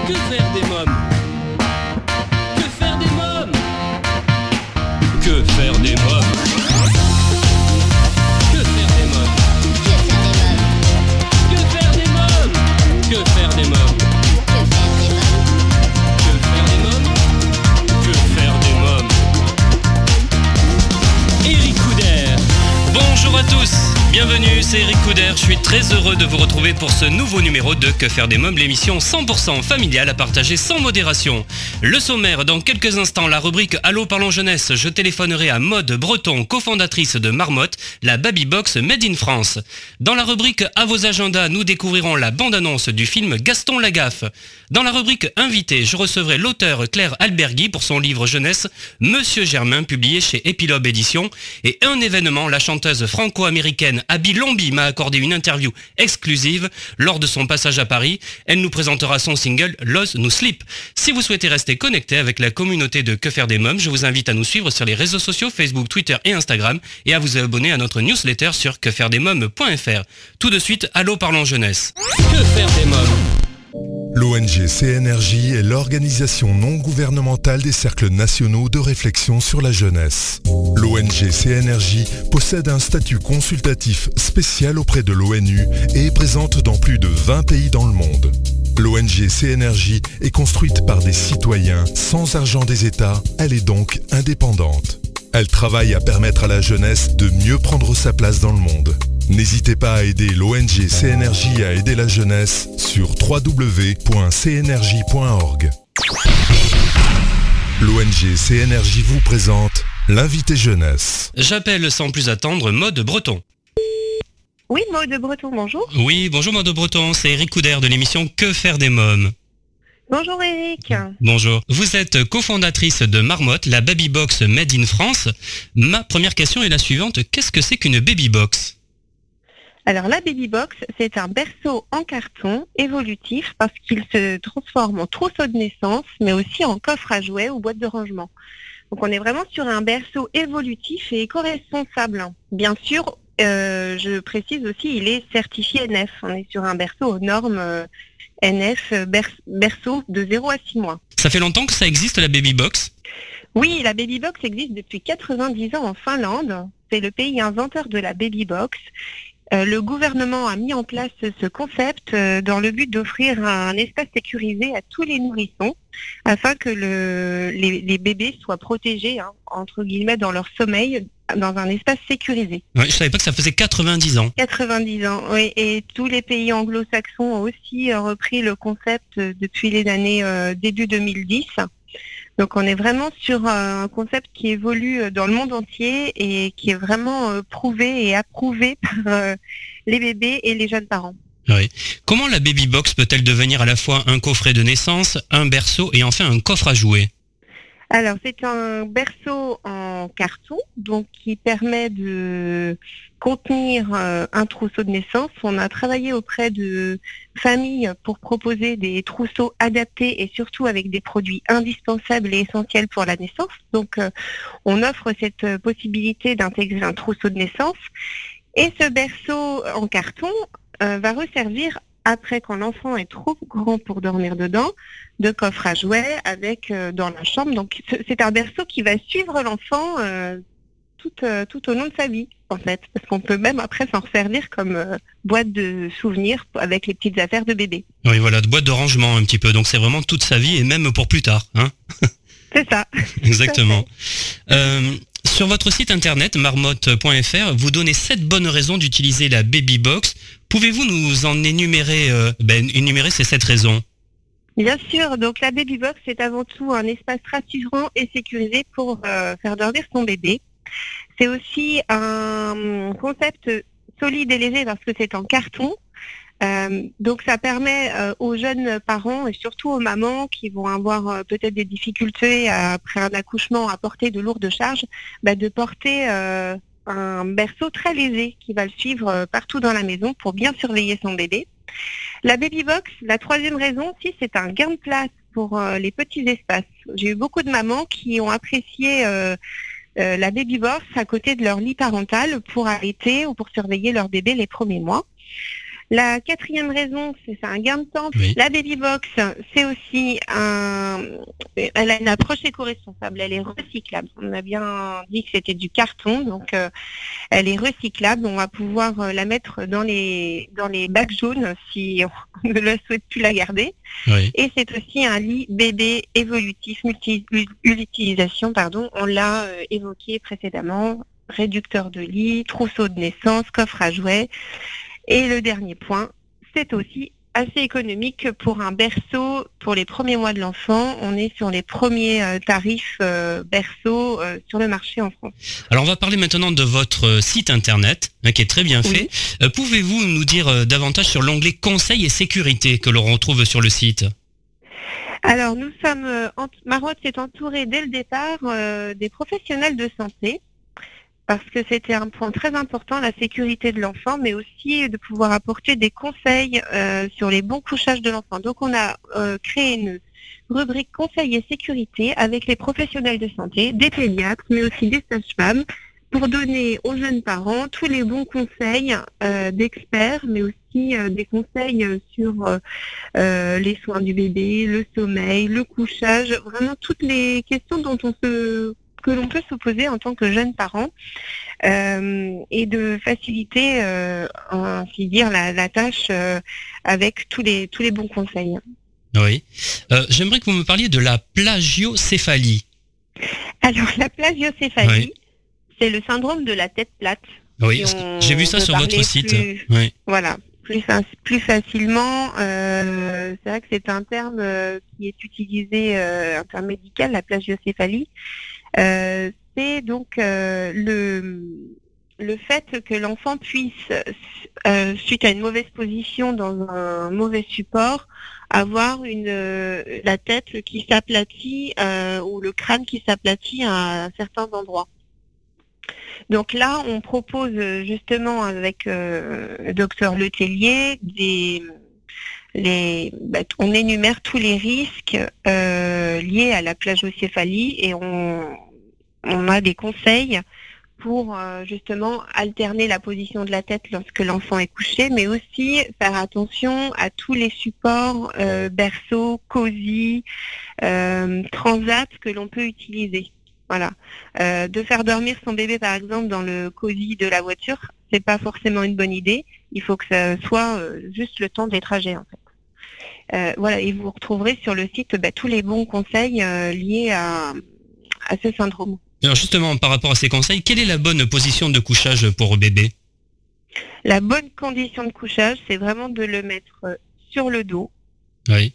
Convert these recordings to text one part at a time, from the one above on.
Que faire des mômes? Que faire des mômes? Que faire des mômes? Que faire des mômes? Que faire des mômes? Que faire des mômes? Que faire des mômes? Que faire des mômes? Eric Couder. Bonjour à tous, bienvenue, c'est Eric Couder. Je suis très heureux de vous retrouver pour ce nouveau numéro de Que faire des mômes, l'émission 100% familiale à partager sans modération. Le sommaire, dans quelques instants, la rubrique Allô parlons jeunesse. Je téléphonerai à Maude Breton, cofondatrice de Marmotte, la Baby Box Made in France. Dans la rubrique À vos agendas, nous découvrirons la bande-annonce du film Gaston Lagaffe. Dans la rubrique Invité, je recevrai l'auteur Claire Alberghi pour son livre jeunesse Monsieur Germain, publié chez Epilogue Éditions. Et un événement, la chanteuse franco-américaine Abby Lombi m'a accordé une interview exclusive lors de son passage à Paris. Elle nous présentera son single Lost No Sleep. Si vous souhaitez rester connecté avec la communauté de Que faire des mômes, je vous invite à nous suivre sur les réseaux sociaux Facebook, Twitter et Instagram et à vous abonner à notre newsletter sur quefairedesmômes.fr. Tout de suite, Allô parlons jeunesse. Que faire des mômes? L'ONG CNRJ est l'organisation non gouvernementale des cercles nationaux de réflexion sur la jeunesse. L'ONG CNRJ possède un statut consultatif spécial auprès de l'ONU et est présente dans plus de 20 pays dans le monde. L'ONG CNRJ est construite par des citoyens sans argent des États, elle est donc indépendante. Elle travaille à permettre à la jeunesse de mieux prendre sa place dans le monde. N'hésitez pas à aider l'ONG CNRJ à aider la jeunesse sur www.cnrj.org. L'ONG CNRJ vous présente l'invité jeunesse. J'appelle sans plus attendre Maude Breton. Oui, Maude Breton, bonjour. Oui, bonjour Maude Breton, c'est Eric Couder de l'émission Que faire des mômes. Bonjour Eric. Bonjour. Vous êtes cofondatrice de Marmotte, la Baby Box Made in France. Ma première question est la suivante. Qu'est-ce que c'est qu'une Baby Box ? Alors la Baby Box, c'est un berceau en carton évolutif parce qu'il se transforme en trousseau de naissance, mais aussi en coffre à jouets ou boîte de rangement. Donc on est vraiment sur un berceau évolutif et éco-responsable. Bien sûr, je précise aussi, il est certifié NF. On est sur un berceau aux normes NF, berceau de 0 à 6 mois. Ça fait longtemps que ça existe, la Baby Box ? Oui, la Baby Box existe depuis 90 ans en Finlande. C'est le pays inventeur de la Baby Box. Le gouvernement a mis en place ce concept dans le but d'offrir un espace sécurisé à tous les nourrissons afin que les bébés soient protégés, entre guillemets, dans leur sommeil, dans un espace sécurisé. Oui, je savais pas que ça faisait 90 ans. 90 ans, oui. Et tous les pays anglo-saxons ont aussi repris le concept depuis les années début 2010. Donc on est vraiment sur un concept qui évolue dans le monde entier et qui est vraiment prouvé et approuvé par les bébés et les jeunes parents. Oui. Comment la Baby Box peut-elle devenir à la fois un coffret de naissance, un berceau et enfin un coffre à jouets ? Alors c'est un berceau en carton, donc qui permet de contenir un trousseau de naissance. On a travaillé auprès de familles pour proposer des trousseaux adaptés et surtout avec des produits indispensables et essentiels pour la naissance. Donc on offre cette possibilité d'intégrer un trousseau de naissance. Et ce berceau en carton va resservir, après quand l'enfant est trop grand pour dormir dedans, de coffre à jouets avec dans la chambre. Donc c'est un berceau qui va suivre l'enfant tout au long de sa vie, en fait. Parce qu'on peut même après s'en servir comme boîte de souvenirs avec les petites affaires de bébé. Oui, voilà, de boîte de rangement un petit peu. Donc c'est vraiment toute sa vie et même pour plus tard, hein. C'est ça. Exactement. Sur votre site internet marmotte.fr, vous donnez 7 bonnes raisons d'utiliser la Baby Box. Pouvez-vous nous en énumérer ces 7 raisons ? Bien sûr, donc la Baby Box est avant tout un espace rassurant et sécurisé pour faire dormir son bébé. C'est aussi un concept solide et léger parce que c'est en carton. Donc ça permet aux jeunes parents et surtout aux mamans qui vont avoir peut-être des difficultés après un accouchement à porter de lourdes charges, de porter un berceau très léger qui va le suivre partout dans la maison pour bien surveiller son bébé. La Baby Box, la troisième raison aussi, c'est un gain de place pour les petits espaces. J'ai eu beaucoup de mamans qui ont apprécié la Baby Box à côté de leur lit parental pour arrêter ou pour surveiller leur bébé les premiers mois. La quatrième raison, c'est un gain de temps. Oui. La Babybox, c'est aussi elle a une approche éco-responsable, elle est recyclable. On a bien dit que c'était du carton, donc elle est recyclable. On va pouvoir la mettre dans les bacs jaunes si on ne le souhaite plus la garder. Oui. Et c'est aussi un lit bébé évolutif, multi-utilisation, on l'a évoqué précédemment. Réducteur de lit, trousseau de naissance, coffre à jouets. Et le dernier point, c'est aussi assez économique pour un berceau. Pour les premiers mois de l'enfant, on est sur les premiers tarifs berceau sur le marché en France. Alors on va parler maintenant de votre site internet, qui est très bien fait. Pouvez-vous nous dire davantage sur l'onglet conseils et sécurité que l'on retrouve sur le site ? Alors nous sommes, Marotte s'est entouré dès le départ des professionnels de santé, parce que c'était un point très important, la sécurité de l'enfant, mais aussi de pouvoir apporter des conseils sur les bons couchages de l'enfant. Donc on a créé une rubrique conseils et sécurité avec les professionnels de santé, des pédiatres, mais aussi des sages-femmes, pour donner aux jeunes parents tous les bons conseils d'experts, mais aussi des conseils sur les soins du bébé, le sommeil, le couchage, vraiment toutes les questions que l'on peut se poser en tant que jeune parent, et de faciliter, ainsi dire, la tâche avec tous les bons conseils. Oui. J'aimerais que vous me parliez de la plagiocéphalie. Alors, la plagiocéphalie, Oui. c'est le syndrome de la tête plate. Oui, j'ai vu ça sur votre site. Oui. Voilà, plus facilement. C'est vrai que c'est un terme qui est utilisé, un terme médical, la plagiocéphalie. C'est donc le fait que l'enfant puisse, suite à une mauvaise position dans un mauvais support, avoir la tête qui s'aplatit ou le crâne qui s'aplatit à certains endroits. Donc là, on propose justement avec le docteur Letellier on énumère tous les risques liés à la plagiocéphalie, et on a des conseils pour justement alterner la position de la tête lorsque l'enfant est couché, mais aussi faire attention à tous les supports berceau, cosy, transat que l'on peut utiliser. Voilà. De faire dormir son bébé par exemple dans le cosy de la voiture, c'est pas forcément une bonne idée. Il faut que ça soit juste le temps des trajets en fait. Voilà, et vous retrouverez sur le site tous les bons conseils liés à ce syndrome. Alors justement, par rapport à ces conseils, quelle est la bonne position de couchage pour bébé ? La bonne condition de couchage, c'est vraiment de le mettre sur le dos, Oui.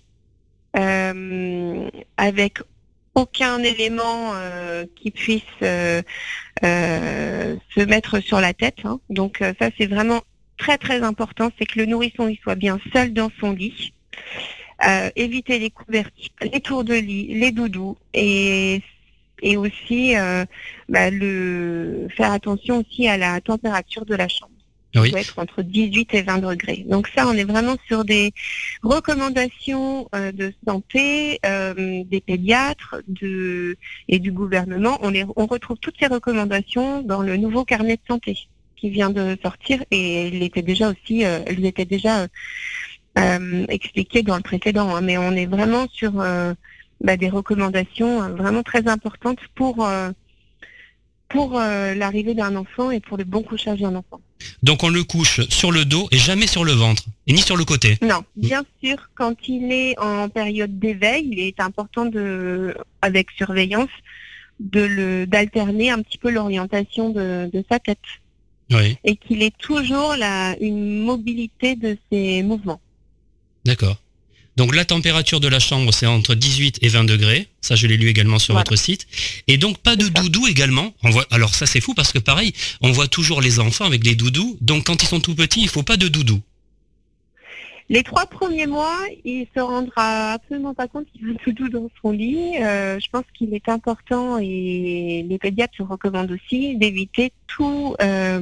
avec aucun élément qui puisse se mettre sur la tête. Hein. Donc ça, c'est vraiment très très important, c'est que le nourrisson il soit bien seul dans son lit. Éviter les couvertures, les tours de lit, les doudous, et aussi faire attention aussi à la température de la chambre. Oui. Ça doit être entre 18 et 20 degrés. Donc ça, on est vraiment sur des recommandations de santé, des pédiatres et du gouvernement. On retrouve toutes ces recommandations dans le nouveau carnet de santé qui vient de sortir, et elles étaient déjà expliquées dans le précédent. Hein. Mais on est vraiment sur des recommandations vraiment très importantes pour l'arrivée d'un enfant et pour le bon couchage d'un enfant. Donc on le couche sur le dos et jamais sur le ventre, et ni sur le côté. Non, bien sûr, quand il est en période d'éveil, il est important avec surveillance, d'alterner un petit peu l'orientation de sa tête. Oui. Et qu'il ait toujours une mobilité de ses mouvements. D'accord. Donc la température de la chambre, c'est entre 18 et 20 degrés. Ça, je l'ai lu également sur votre site. Et donc pas de doudou également. Alors ça, c'est fou parce que pareil, on voit toujours les enfants avec des doudous. Donc quand ils sont tout petits, il faut pas de doudou. Les 3 premiers mois, il se rendra absolument pas compte qu'il a un doudou dans son lit. Je pense qu'il est important, et les pédiatres le recommandent aussi, d'éviter tout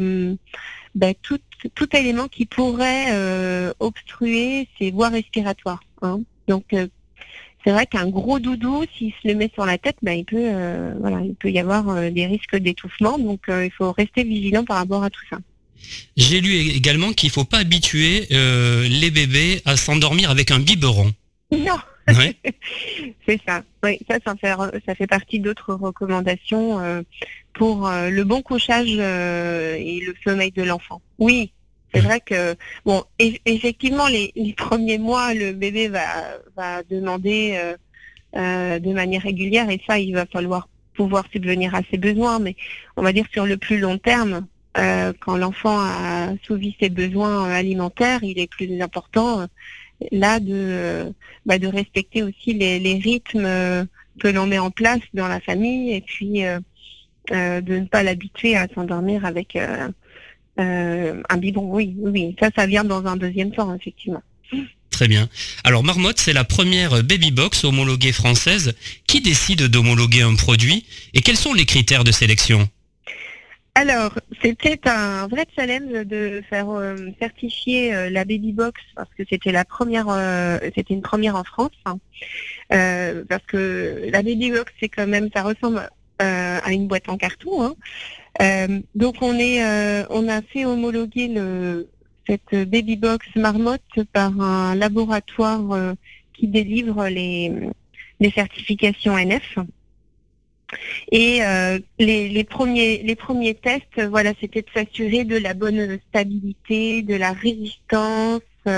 élément qui pourrait obstruer ses voies respiratoires. Hein. Donc c'est vrai qu'un gros doudou, s'il se le met sur la tête, il peut y avoir des risques d'étouffement. Donc il faut rester vigilant par rapport à tout ça. J'ai lu également qu'il ne faut pas habituer les bébés à s'endormir avec un biberon. Non, Ouais. c'est ça. Oui, ça fait partie d'autres recommandations pour le bon couchage et le sommeil de l'enfant. Oui, c'est vrai que bon, effectivement, les premiers mois, le bébé va demander de manière régulière et ça, il va falloir pouvoir subvenir à ses besoins. Mais on va dire sur le plus long terme, quand l'enfant a assouvi ses besoins alimentaires, il est plus important là de respecter aussi les rythmes que l'on met en place dans la famille et puis de ne pas l'habituer à s'endormir avec un biberon. Oui, ça vient dans un deuxième temps, effectivement. Très bien. Alors Marmotte, c'est la première baby box homologuée française. Qui décide d'homologuer un produit et quels sont les critères de sélection? Alors, c'était un vrai challenge de faire certifier la baby box parce que c'était c'était une première en France, hein. Parce que la baby box, c'est quand même, ça ressemble à une boîte en carton, hein. Donc on a fait homologuer cette baby box Marmotte par un laboratoire qui délivre les certifications NF. Et les premiers tests, voilà, c'était de s'assurer de la bonne stabilité, de la résistance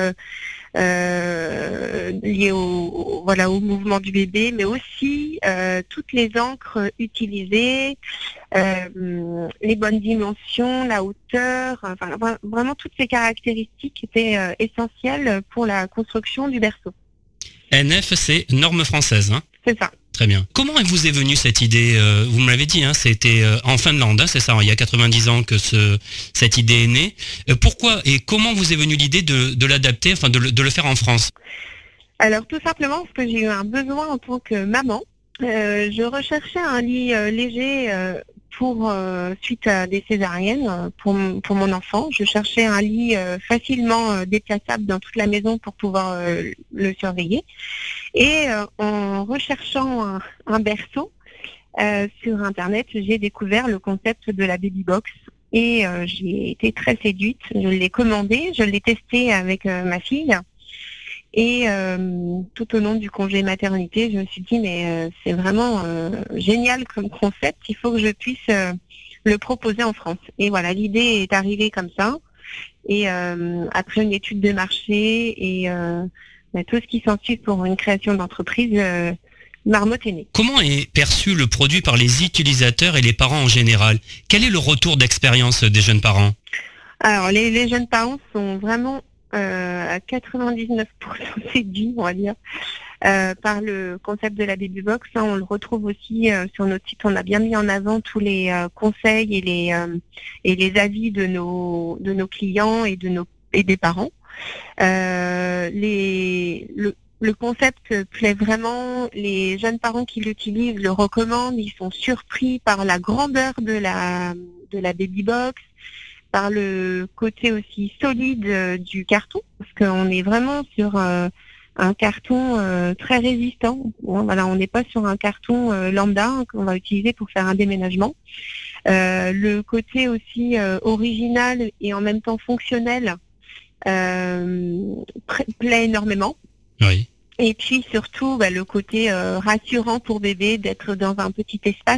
liée au mouvement du bébé, mais aussi toutes les encres utilisées, les bonnes dimensions, la hauteur, enfin vraiment toutes ces caractéristiques étaient essentielles pour la construction du berceau. NF, c'est norme française, hein? C'est ça. Très bien. Comment vous est venue cette idée? Vous me l'avez dit, hein, c'était en Finlande, hein, c'est ça, il y a 90 ans que cette idée est née. Pourquoi et comment vous est venue l'idée de l'adapter, enfin de le faire en France? Alors tout simplement parce que j'ai eu un besoin en tant que maman. Je recherchais un lit léger suite à des césariennes pour mon enfant. Je cherchais un lit facilement déplaçable dans toute la maison pour pouvoir le surveiller. Et en recherchant un berceau sur Internet, j'ai découvert le concept de la baby box. Et j'ai été très séduite. Je l'ai commandé, je l'ai testé avec ma fille. Et tout au long du congé maternité, je me suis dit, mais c'est vraiment génial comme concept, il faut que je puisse le proposer en France. Et voilà, l'idée est arrivée comme ça. Et après une étude de marché et tout ce qui s'ensuit pour une création d'entreprise, Marmotte est née. Comment est perçu le produit par les utilisateurs et les parents en général? Quel est le retour d'expérience des jeunes parents? Alors, les jeunes parents sont vraiment à 99% séduits, on va dire, par le concept de la baby box. Hein, on le retrouve aussi sur notre site. On a bien mis en avant tous les conseils et les avis de nos clients et des parents. Le concept plaît vraiment. Les jeunes parents qui l'utilisent le recommandent. Ils sont surpris par la grandeur de la baby box, par le côté aussi solide du carton, parce qu'on est vraiment sur un carton très résistant. Bon, voilà, on n'est pas sur un carton lambda qu'on va utiliser pour faire un déménagement. Le côté aussi original et en même temps fonctionnel plaît énormément. Oui. Et puis surtout, le côté rassurant pour bébé d'être dans un petit espace.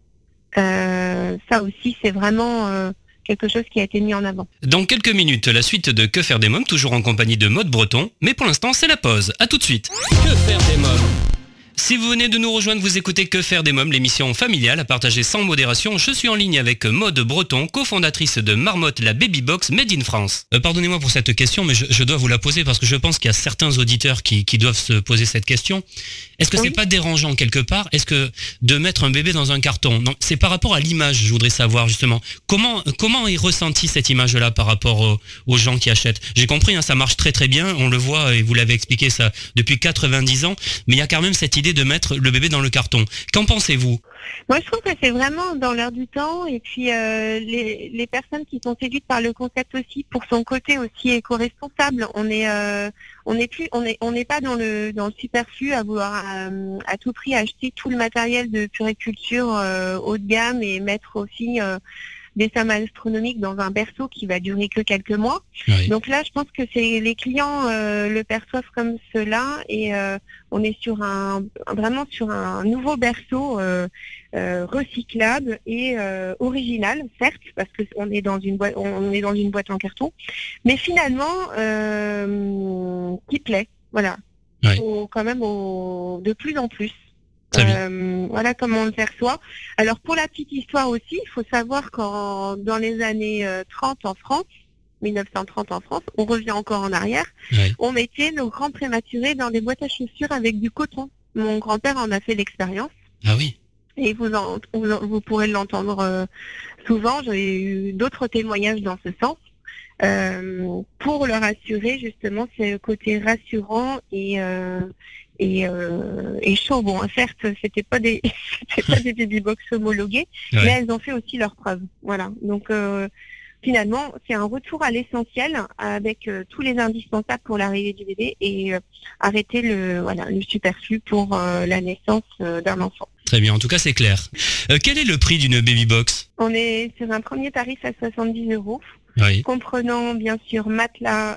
Ça aussi, c'est vraiment quelque chose qui a été mis en avant. Dans quelques minutes, la suite de Que faire des mômes, toujours en compagnie de Maude Breton. Mais pour l'instant, c'est la pause. À tout de suite. Que faire des mômes? Si vous venez de nous rejoindre, vous écoutez Que faire des mômes, l'émission familiale à partager sans modération. Je suis en ligne avec Maude Breton, cofondatrice de Marmotte, la baby box made in France. Pardonnez-moi pour cette question, mais je dois vous la poser parce que je pense qu'il y a certains auditeurs qui doivent se poser cette question. Est-ce que c'est pas dérangeant quelque part? Est-ce que de mettre un bébé dans un carton? Non, c'est par rapport à l'image, je voudrais savoir justement. Comment est ressentie cette image-là par rapport aux gens qui achètent? J'ai compris, hein, ça marche très très bien, on le voit et vous l'avez expliqué ça depuis 90 ans, mais il y a quand même cette idée de mettre le bébé dans le carton. Qu'en pensez-vous? Moi, je trouve que c'est vraiment dans l'air du temps. Et puis, les personnes qui sont séduites par le concept aussi, pour son côté aussi éco-responsable. On n'est pas dans le superflu à vouloir à tout prix acheter tout le matériel de puriculture haut de gamme et mettre aussi des sommes astronomiques dans un berceau qui va durer que quelques mois. Oui. Donc là, je pense que les clients le perçoivent comme cela et on est vraiment sur un nouveau berceau recyclable et original, certes, parce que on est dans une boîte en carton, mais finalement qui plaît. Voilà. Oui. De plus en plus. Très bien. Voilà comment on le perçoit. Alors pour la petite histoire aussi, il faut savoir qu'en dans les années 30 en France, 1930 en France, on revient encore en arrière, Oui. on mettait nos grands prématurés dans des boîtes à chaussures avec du coton. Mon grand-père en a fait l'expérience. Ah oui. Et vous pourrez l'entendre souvent. J'ai eu d'autres témoignages dans ce sens. Pour leur assurer justement ce côté rassurant et chaud. Bon, certes, c'était pas des baby-box homologués, Ouais. mais elles ont fait aussi leurs preuves. Voilà. Donc finalement, c'est un retour à l'essentiel avec tous les indispensables pour l'arrivée du bébé et arrêter le superflu pour la naissance d'un enfant. Très bien, en tout cas c'est clair. Quel est le prix d'une baby box ? On est sur un premier tarif à 70 €, Oui. comprenant bien sûr matelas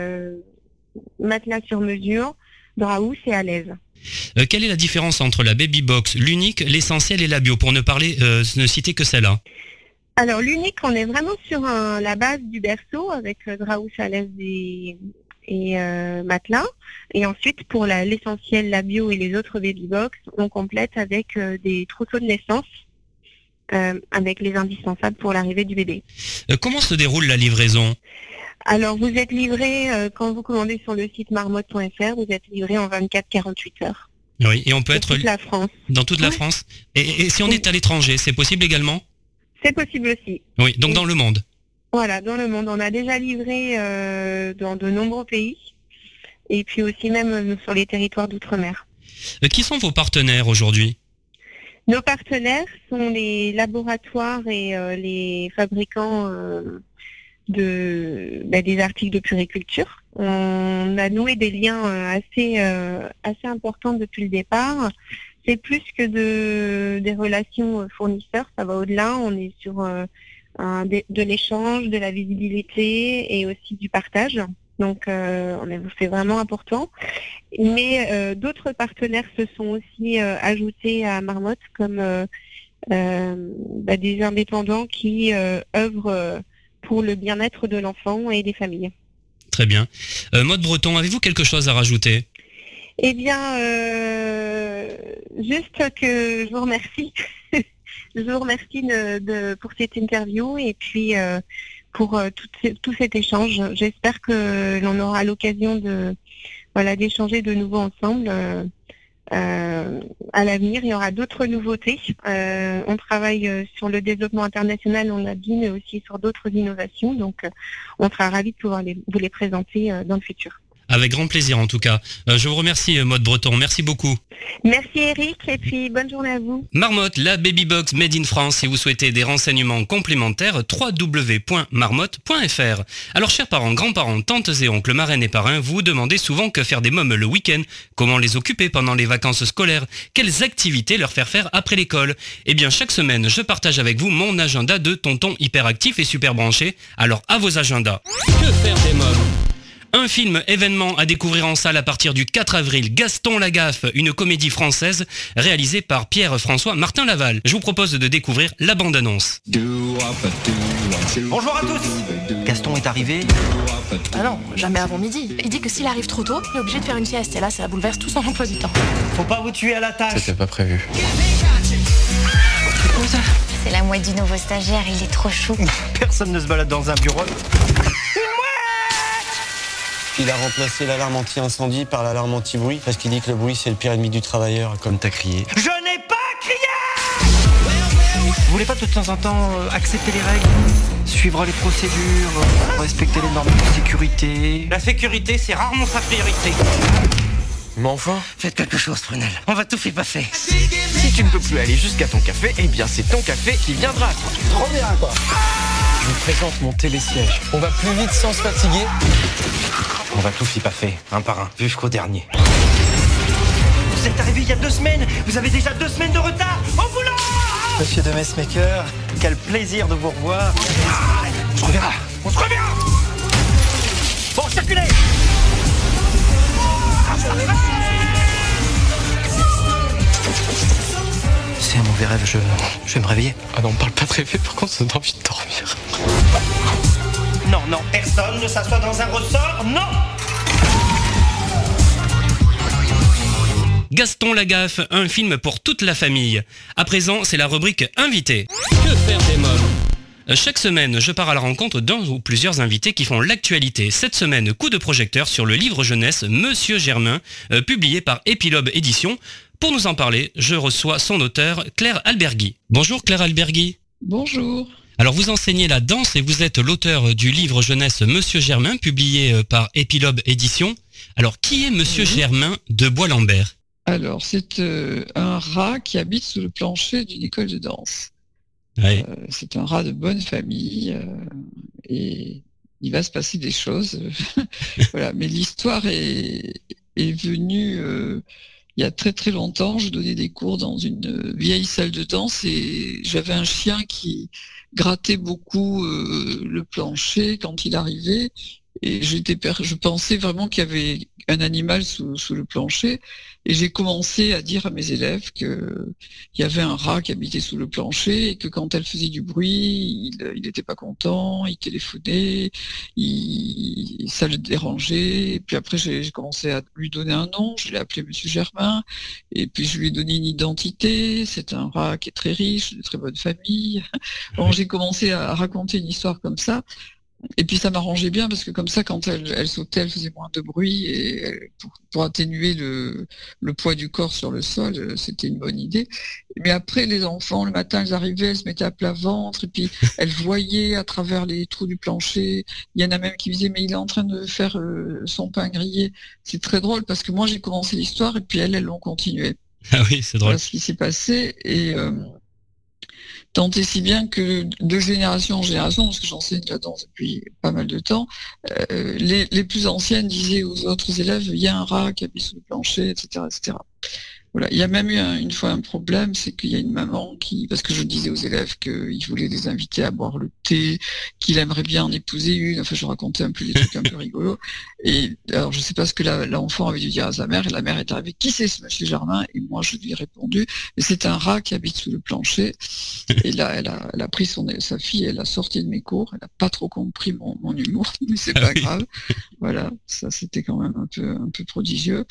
sur mesure, drap housse et à l'aise. Quelle est la différence entre la baby box, l'unique, l'essentiel et la bio, pour ne citer que celle-là ? Alors l'unique, on est vraiment sur la base du berceau avec drap housse à l'aise et matelas. Et ensuite, pour l'essentiel, la bio et les autres baby box, on complète avec des trousseaux de naissance avec les indispensables pour l'arrivée du bébé. Comment se déroule la livraison ? Alors vous êtes livré, quand vous commandez sur le site marmotte.fr, vous êtes livré en 24-48 heures. Oui, et on peut Dans être toute la France. dans toute la Oui. France. Et si on Oui. est à l'étranger, c'est possible également ? C'est possible aussi. Oui, donc Oui. dans le monde. Voilà, dans le monde. On a déjà livré dans de nombreux pays et puis aussi même sur les territoires d'outre-mer. Qui sont vos partenaires aujourd'hui ? Nos partenaires sont les laboratoires et les fabricants des articles de puriculture. On a noué des liens assez importants depuis le départ. C'est plus que des relations fournisseurs, ça va au-delà. On est sur de l'échange, de la visibilité et aussi du partage. Donc c'est vraiment important. Mais d'autres partenaires se sont aussi ajoutés à Marmotte comme des indépendants qui œuvrent pour le bien-être de l'enfant et des familles. Très bien. Maud Breton, avez-vous quelque chose à rajouter ? Eh bien, juste que je vous remercie. Je vous remercie pour cette interview et puis pour tout cet échange. J'espère que l'on aura l'occasion d'échanger de nouveau ensemble. À l'avenir, il y aura d'autres nouveautés. On travaille sur le développement international, on l'a dit, mais aussi sur d'autres innovations. Donc, on sera ravis de pouvoir vous les présenter dans le futur. Avec grand plaisir en tout cas. Je vous remercie Maud Breton, merci beaucoup. Merci Eric et puis bonne journée à vous. Marmotte, la baby box made in France. Si vous souhaitez des renseignements complémentaires, www.marmotte.fr. Alors chers parents, grands-parents, tantes et oncles, marraines et parrains, vous vous demandez souvent que faire des mômes le week-end, comment les occuper pendant les vacances scolaires, quelles activités leur faire après l'école. Eh bien chaque semaine, je partage avec vous mon agenda de tonton hyperactif et super branché. Alors à vos agendas. Que faire des mômes ? Un film événement à découvrir en salle à partir du 4 avril, Gaston Lagaffe, une comédie française réalisée par Pierre-François Martin Laval. Je vous propose de découvrir la bande-annonce. Bonjour à tous. Gaston est arrivé. Ah non, jamais avant midi. Il dit que s'il arrive trop tôt, il est obligé de faire une sieste. Et là, ça bouleverse tout son emploi du temps. Faut pas vous tuer à la tâche. C'était pas prévu. C'est la mouette du nouveau stagiaire, il est trop chou. Personne ne se balade dans un bureau. Il a remplacé l'alarme anti-incendie par l'alarme anti-bruit parce qu'il dit que le bruit c'est le pire ennemi du travailleur. Comme t'as crié. Je n'ai pas crié. Vous voulez pas de temps en temps accepter les règles, suivre les procédures, respecter les normes de sécurité? La sécurité, c'est rarement sa priorité. Mais enfin, Faites quelque chose, Prunelle. On va tout faire passer. Si tu ne peux plus aller jusqu'à ton café, eh bien c'est ton café qui viendra. trop bien quoi. Je vous présente mon télésiège. On va plus vite sans se fatiguer. On va tout faire un par un, jusqu'au dernier. Vous êtes arrivé il y a 2 semaines. Vous avez déjà 2 semaines de retard. Au boulot! Monsieur de Messmaker, quel plaisir de vous revoir. On se reverra. On se reverra. Bon, circulez. C'est un mauvais rêve, je vais me réveiller. Ah non, on parle pas de rêver, par contre, on a envie de dormir. Non, personne ne s'assoit dans un ressort, non. Gaston Lagaffe, un film pour toute la famille. À présent, c'est la rubrique Invité. Que faire des mômes ? Chaque semaine, je pars à la rencontre d'un ou plusieurs invités qui font l'actualité. Cette semaine, coup de projecteur sur le livre jeunesse Monsieur Germain, publié par Epilobe Éditions. Pour nous en parler, je reçois son auteur, Claire Albergui. Bonjour Claire Albergui. Bonjour. Alors vous enseignez la danse et vous êtes l'auteur du livre jeunesse Monsieur Germain, publié par Epilobe Éditions. Alors qui est Monsieur Germain de Bois-Lambert ? Alors c'est un rat qui habite sous le plancher d'une école de danse. Ouais. C'est un rat de bonne famille et il va se passer des choses. Voilà. Mais l'histoire est venue il y a très très longtemps. Je donnais des cours dans une vieille salle de danse et j'avais un chien qui grattait beaucoup le plancher quand il arrivait. Et je pensais vraiment qu'il y avait un animal sous le plancher. Et j'ai commencé à dire à mes élèves qu'il y avait un rat qui habitait sous le plancher et que quand elle faisait du bruit, il n'était pas content, il téléphonait, ça le dérangeait. Et puis après, j'ai commencé à lui donner un nom. Je l'ai appelé Monsieur Germain. Et puis je lui ai donné une identité. C'est un rat qui est très riche, de très bonne famille. Bon, j'ai commencé à raconter une histoire comme ça. Et puis ça m'arrangeait bien parce que comme ça, quand elle sautait, elle faisait moins de bruit et pour atténuer le poids du corps sur le sol, c'était une bonne idée. Mais après, les enfants, le matin, elles arrivaient, elles se mettaient à plat ventre et puis elles voyaient à travers les trous du plancher. Il y en a même qui me disaient, mais il est en train de faire son pain grillé. C'est très drôle parce que moi, j'ai commencé l'histoire et puis elles l'ont continué. Ah oui, c'est drôle. Voilà ce qui s'est passé et... tant et si bien que de génération en génération, parce que j'enseigne la danse depuis pas mal de temps, les plus anciennes disaient aux autres élèves, il y a un rat qui habite sous le plancher, etc., etc. Voilà. Il y a même eu une fois un problème, c'est qu'il y a une maman parce que je disais aux élèves qu'il voulait les inviter à boire le thé, qu'il aimerait bien en épouser une, enfin je racontais un peu des trucs un peu rigolos. Et alors je sais pas ce que l'enfant avait dû dire à sa mère, et la mère est arrivée, qui c'est ce Monsieur Germain? Et moi je lui ai répondu, c'est un rat qui habite sous le plancher. Et là elle a pris sa fille, elle a sorti de mes cours, elle a pas trop compris mon humour, mais c'est pas grave. Voilà, ça c'était quand même un peu prodigieux.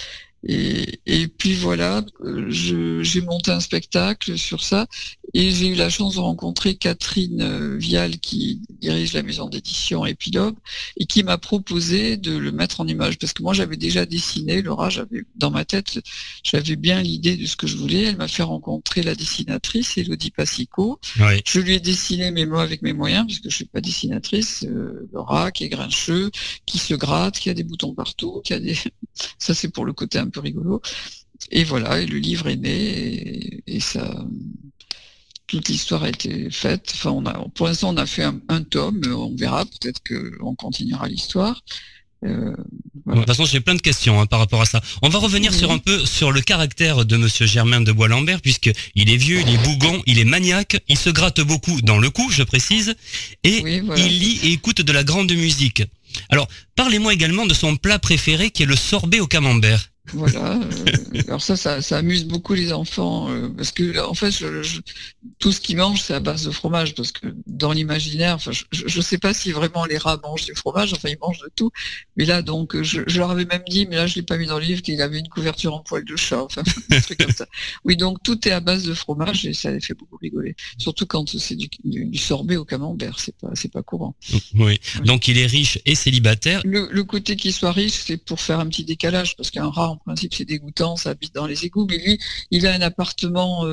Et puis voilà, j'ai monté un spectacle sur ça et j'ai eu la chance de rencontrer Catherine Vial qui dirige la maison d'édition Epilobe et qui m'a proposé de le mettre en image parce que moi j'avais déjà dessiné le rat, dans ma tête j'avais bien l'idée de ce que je voulais. Elle m'a fait rencontrer la dessinatrice Elodie Passico. Oui. Je lui ai dessiné mes mots avec mes moyens parce que je suis pas dessinatrice. Le rat qui est grincheux, qui se gratte, qui a des boutons partout, qui a des ça c'est pour le côté un peu rigolo. Et voilà, et le livre est né et ça, toute l'histoire a été faite. Enfin, pour l'instant, on a fait un tome. On verra, peut-être qu'on continuera l'histoire. Voilà. De toute façon, j'ai plein de questions par rapport à ça. On va revenir sur le caractère de Monsieur Germain de Bois-Lambert, puisqu'il est vieux, il est bougon, il est maniaque, il se gratte beaucoup dans le cou, je précise, et il lit et écoute de la grande musique. Alors, parlez-moi également de son plat préféré qui est le sorbet au camembert. Voilà. Alors ça amuse beaucoup les enfants parce que en fait, tout ce qu'ils mangent c'est à base de fromage parce que dans l'imaginaire, enfin, je sais pas si vraiment les rats mangent du fromage. Enfin, ils mangent de tout. Mais là, donc, je leur avais même dit, mais là, je l'ai pas mis dans le livre, qu'il avait une couverture en poil de chat. Enfin, des trucs comme ça. Oui, donc tout est à base de fromage et ça les fait beaucoup rigoler. Surtout quand c'est du sorbet au camembert, c'est pas courant. Oui. Donc il est riche et célibataire. Le côté qu'il soit riche, c'est pour faire un petit décalage parce qu'un rat en principe c'est dégoûtant, ça habite dans les égouts, mais lui il a un appartement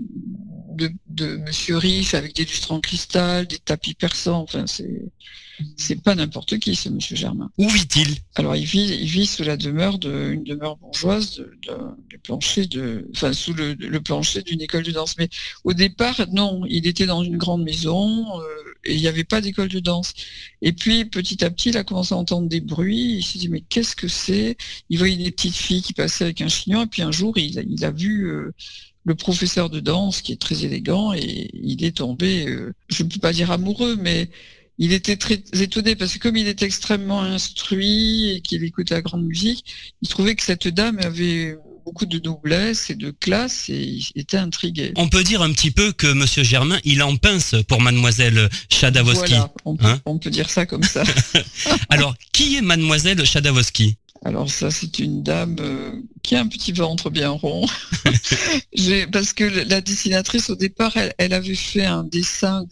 de monsieur riche avec des lustres en cristal, des tapis persans, enfin c'est pas n'importe qui ce Monsieur Germain. Où vit-il? Alors il vit sous la demeure une demeure bourgeoise du plancher sous le plancher d'une école de danse. Mais au départ non, il était dans une grande maison et il n'y avait pas d'école de danse. Et puis petit à petit il a commencé à entendre des bruits, il s'est dit mais qu'est-ce que c'est? Il voyait des petites filles qui passaient avec un chignon et puis un jour il a vu le professeur de danse, qui est très élégant, et il est tombé, je ne peux pas dire amoureux, mais il était très étonné, parce que comme il est extrêmement instruit et qu'il écoutait la grande musique, il trouvait que cette dame avait beaucoup de noblesse et de classe, et il était intrigué. On peut dire un petit peu que Monsieur Germain, il en pince pour Mademoiselle Chadavoski. Voilà, on peut dire ça comme ça. Alors, qui est Mademoiselle Chadavoski ? Alors ça, c'est une dame qui a un petit ventre bien rond. Parce que la dessinatrice, au départ, elle avait fait un dessin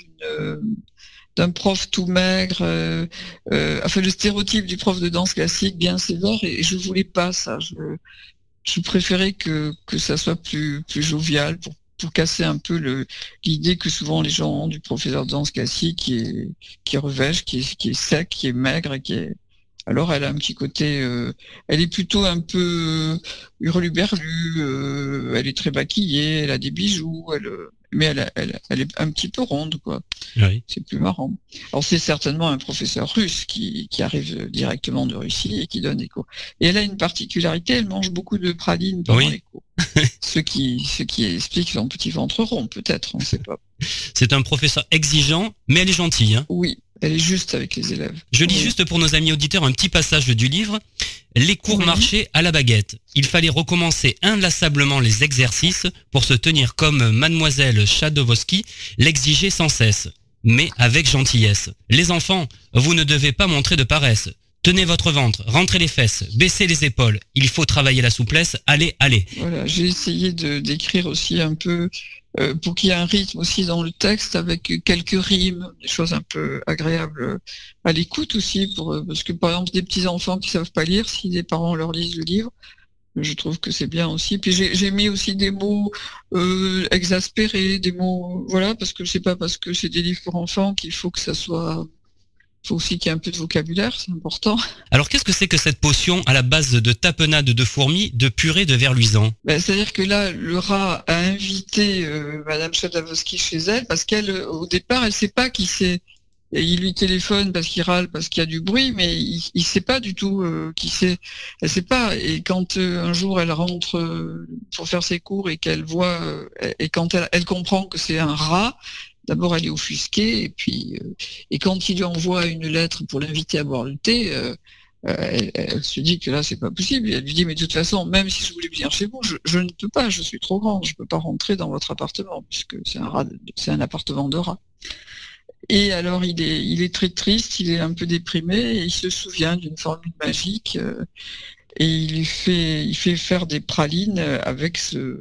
d'un prof tout maigre, le stéréotype du prof de danse classique bien sévère, et je voulais pas ça. Je préférais que ça soit plus jovial pour casser un peu l'idée que souvent les gens ont du professeur de danse classique qui est revêche, qui est sec, qui est maigre, alors elle a un petit côté, elle est plutôt un peu hurluberlue, elle est très maquillée, elle a des bijoux, mais elle est un petit peu ronde, quoi. Oui. C'est plus marrant. Alors c'est certainement un professeur russe qui arrive directement de Russie et qui donne des cours. Et elle a une particularité, elle mange beaucoup de pralines pendant les cours. ce qui explique son petit ventre rond, peut-être, on ne sait pas. C'est un professeur exigeant, mais elle est gentille, hein. Oui. Elle est juste avec les élèves. Je lis juste pour nos amis auditeurs un petit passage du livre. Les cours marchaient à la baguette. Il fallait recommencer inlassablement les exercices pour se tenir comme Mademoiselle Chadavoski l'exigeait sans cesse, mais avec gentillesse. Les enfants, vous ne devez pas montrer de paresse. Tenez votre ventre, rentrez les fesses, baissez les épaules. Il faut travailler la souplesse. Allez, allez. Voilà, j'ai essayé d'écrire aussi un peu pour qu'il y ait un rythme aussi dans le texte avec quelques rimes, des choses un peu agréables à l'écoute aussi, parce que par exemple des petits enfants qui savent pas lire, si les parents leur lisent le livre, je trouve que c'est bien aussi. Puis j'ai mis aussi des mots exaspérés, des mots, voilà, parce que c'est pas parce que c'est des livres pour enfants qu'il faut que ça soit. Il faut aussi qu'il y ait un peu de vocabulaire, c'est important. Alors qu'est-ce que c'est que cette potion à la base de tapenade de fourmis, de purée de verre luisant ? C'est-à-dire que là, le rat a invité Madame Chadavoski chez elle, parce au départ, elle sait pas qui c'est. Et il lui téléphone parce qu'il râle, parce qu'il y a du bruit, mais il sait pas du tout qui c'est. Elle sait pas. Et quand un jour elle rentre pour faire ses cours et qu'elle voit, et quand elle comprend que c'est un rat, d'abord elle est offusquée, et puis et quand il lui envoie une lettre pour l'inviter à boire le thé, elle se dit que là c'est pas possible. Et elle lui dit mais de toute façon, même si je voulais venir chez vous, je ne peux pas, je suis trop grande, je peux pas rentrer dans votre appartement puisque c'est un appartement de rat. Et alors il est très triste, il est un peu déprimé, et il se souvient d'une formule magique, et il fait faire des pralines avec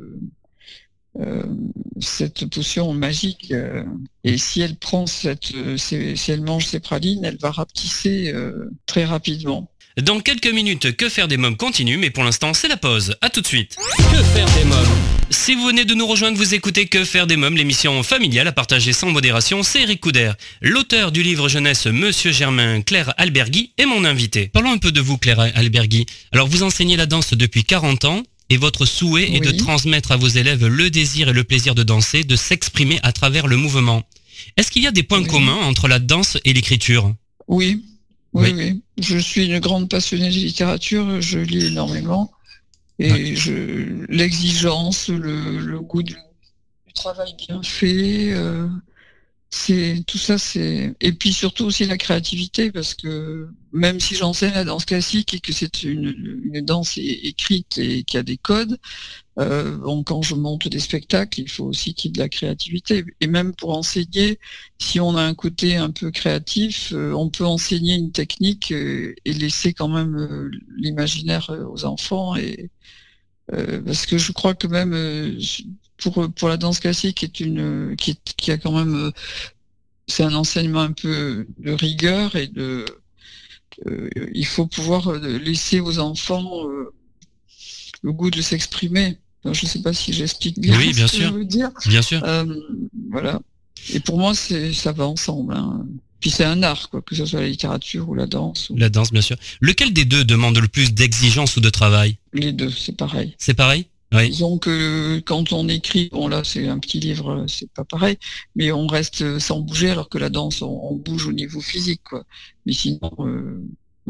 cette potion magique, et si elle prend si elle mange ces pralines, elle va rapetisser très rapidement. Dans quelques minutes, Que faire des mômes continue, mais pour l'instant, c'est la pause. À tout de suite. Que faire des mômes ? Si vous venez de nous rejoindre, vous écoutez Que faire des mômes, l'émission familiale à partager sans modération, c'est Eric Couder, l'auteur du livre jeunesse Monsieur Germain, Claire Albergui, est mon invité. Parlons un peu de vous, Claire Albergui. Alors, vous enseignez la danse depuis 40 ans, et votre souhait est de transmettre à vos élèves le désir et le plaisir de danser, de s'exprimer à travers le mouvement. Est-ce qu'il y a des points communs entre la danse et l'écriture ? Oui. Je suis une grande passionnée de littérature, je lis énormément, et l'exigence, le goût du travail bien fait, c'est tout ça, et puis surtout aussi la créativité, parce que même si j'enseigne la danse classique et que c'est une danse écrite et qui a des codes, quand je monte des spectacles, il faut aussi qu'il y ait de la créativité. Et même pour enseigner, si on a un côté un peu créatif, on peut enseigner une technique et laisser quand même l'imaginaire aux enfants. Parce que je crois que même pour la danse classique, qui a quand même, c'est un enseignement un peu de rigueur, et il faut pouvoir laisser aux enfants le goût de s'exprimer. Alors, je ne sais pas si j'explique bien ce que je veux dire. Bien sûr. Voilà. Et pour moi, ça va ensemble, hein. Puis c'est un art, quoi, que ce soit la littérature ou la danse. La danse, bien sûr. Lequel des deux demande le plus d'exigence ou de travail ? Les deux, c'est pareil. C'est pareil ? Oui. Disons que quand on écrit, bon là c'est un petit livre, c'est pas pareil, mais on reste sans bouger, alors que la danse, on bouge au niveau physique, quoi. Mais sinon, non.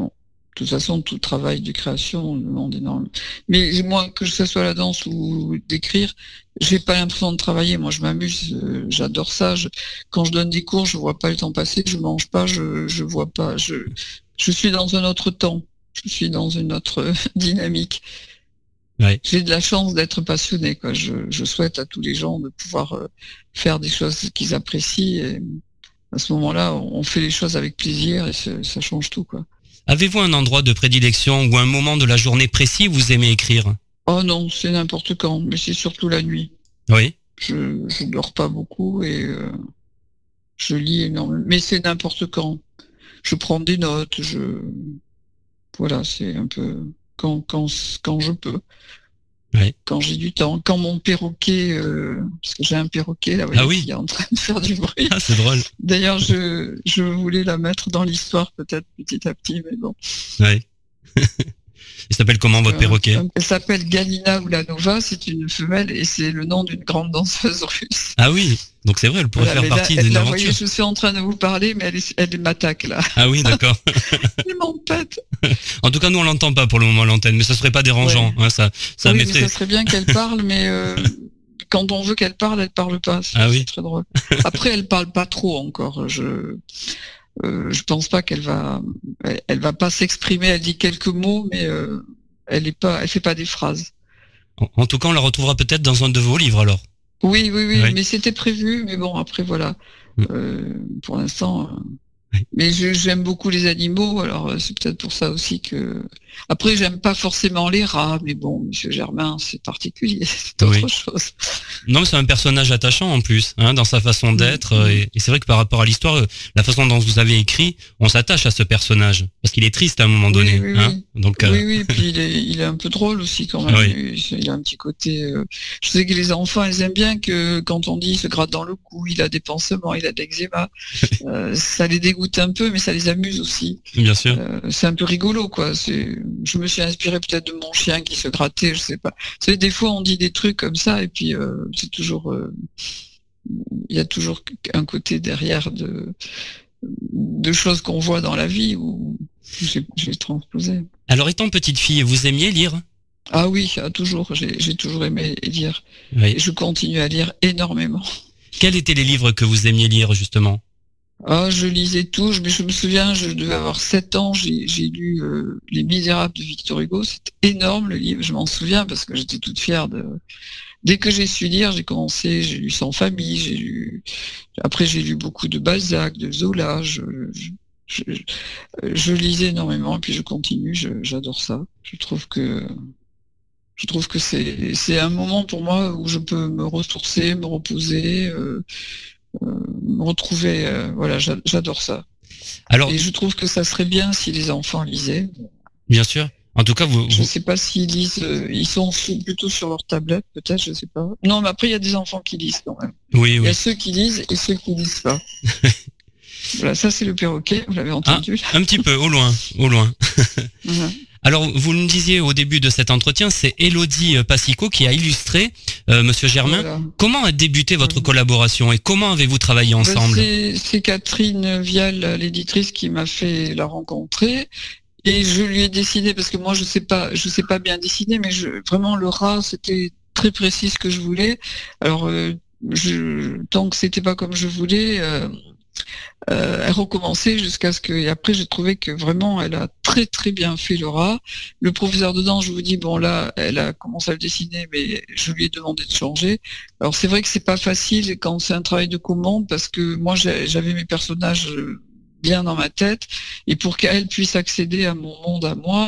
toute façon, tout travail de création demande énormément. Mais moi, que ce soit la danse ou d'écrire, j'ai pas l'impression de travailler. Moi, je m'amuse, j'adore ça. Quand je donne des cours, je vois pas le temps passer, je mange pas, je vois pas. Je suis dans un autre temps. Je suis dans une autre dynamique. Ouais. J'ai de la chance d'être passionné, quoi. Je souhaite à tous les gens de pouvoir faire des choses qu'ils apprécient. Et à ce moment-là, on fait les choses avec plaisir et ça change tout, quoi. Avez-vous un endroit de prédilection ou un moment de la journée précis où vous aimez écrire? Oh non, c'est n'importe quand, mais c'est surtout la nuit. Oui. Je dors pas beaucoup et je lis énormément, mais c'est n'importe quand. Je prends des notes, voilà, c'est un peu quand je peux. Ouais. Quand j'ai du temps, quand mon perroquet, parce que j'ai un perroquet là, qui est en train de faire du bruit. Ah, c'est drôle. D'ailleurs, je voulais la mettre dans l'histoire peut-être petit à petit, mais bon. Ouais. Il s'appelle comment votre perroquet? Elle s'appelle Galina Ulanova, c'est une femelle et c'est le nom d'une grande danseuse russe. Ah oui, donc c'est vrai, elle pourrait faire partie d'une aventure. Voyez, je suis en train de vous parler, mais elle m'attaque là. Ah oui, d'accord. Elle m'empête. En tout cas, nous on l'entend pas pour le moment à l'antenne, mais ça serait pas dérangeant. Ouais. Hein, ça oui, mettrait... mais ça serait bien qu'elle parle, mais quand on veut qu'elle parle pas. C'est très drôle. Après, elle parle pas trop encore. Je pense pas qu'elle va pas s'exprimer. Elle dit quelques mots, mais elle fait pas des phrases. En tout cas, on la retrouvera peut-être dans un de vos livres alors. Oui, mais c'était prévu. Mais bon, après voilà. Pour l'instant. Mais j'aime beaucoup les animaux, alors c'est peut-être pour ça aussi que... Après, j'aime pas forcément les rats, mais bon, Monsieur Germain, c'est particulier, c'est autre chose. Non, mais c'est un personnage attachant en plus, hein, dans sa façon d'être, et c'est vrai que par rapport à l'histoire, la façon dont vous avez écrit, on s'attache à ce personnage, parce qu'il est triste à un moment donné. Hein. Donc, oui, puis il est un peu drôle aussi quand même, il a un petit côté... Je sais que les enfants, ils aiment bien que quand on dit il se gratte dans le cou, il a des pansements, il a de l'eczéma, ça les dégoûte un peu, mais ça les amuse aussi. Bien sûr. C'est un peu rigolo, quoi. Je me suis inspiré peut-être de mon chien qui se grattait, je sais pas. Vous savez, des fois on dit des trucs comme ça et puis c'est toujours, il y a toujours un côté derrière de choses qu'on voit dans la vie où j'ai transposé. Alors, étant petite fille, vous aimiez lire? Ah oui, toujours. J'ai toujours aimé lire. Oui. Et je continue à lire énormément. Quels étaient les livres que vous aimiez lire justement? Ah, je lisais tout. Je me souviens, je devais avoir 7 ans. J'ai lu Les Misérables de Victor Hugo. C'était énorme le livre. Je m'en souviens parce que j'étais toute fière de. Dès que j'ai su lire, j'ai lu Sans famille. Après, j'ai lu beaucoup de Balzac, de Zola. Je lisais énormément et puis je continue. J'adore ça. Je trouve que c'est un moment pour moi où je peux me ressourcer, me reposer. Me retrouver, voilà, j'adore ça. Alors, et je trouve que ça serait bien si les enfants lisaient. Bien sûr. En tout cas, je sais pas s'ils lisent, ils sont plutôt sur leur tablette, peut-être, je sais pas. Non, mais après il y a des enfants qui lisent quand même. Oui. Il y a ceux qui lisent et ceux qui lisent pas. Voilà, ça c'est le perroquet, vous l'avez entendu. Un petit peu, au loin. Alors, vous me disiez au début de cet entretien, c'est Élodie Passico qui a illustré Monsieur Germain. Voilà. Comment a débuté votre collaboration et comment avez-vous travaillé ensemble? C'est Catherine Vial, l'éditrice, qui m'a fait la rencontrer. Et je lui ai dessiné, parce que moi je sais pas bien dessiner, mais vraiment le rat, c'était très précis ce que je voulais. Alors, tant que c'était pas comme je voulais, elle recommençait jusqu'à ce que, et après j'ai trouvé que vraiment elle a très très bien fait le rat. Le professeur dedans, je vous dis, bon là, elle a commencé à le dessiner, mais je lui ai demandé de changer. Alors c'est vrai que c'est pas facile quand c'est un travail de commande, parce que moi j'avais mes personnages bien dans ma tête, et pour qu'elle puisse accéder à mon monde à moi,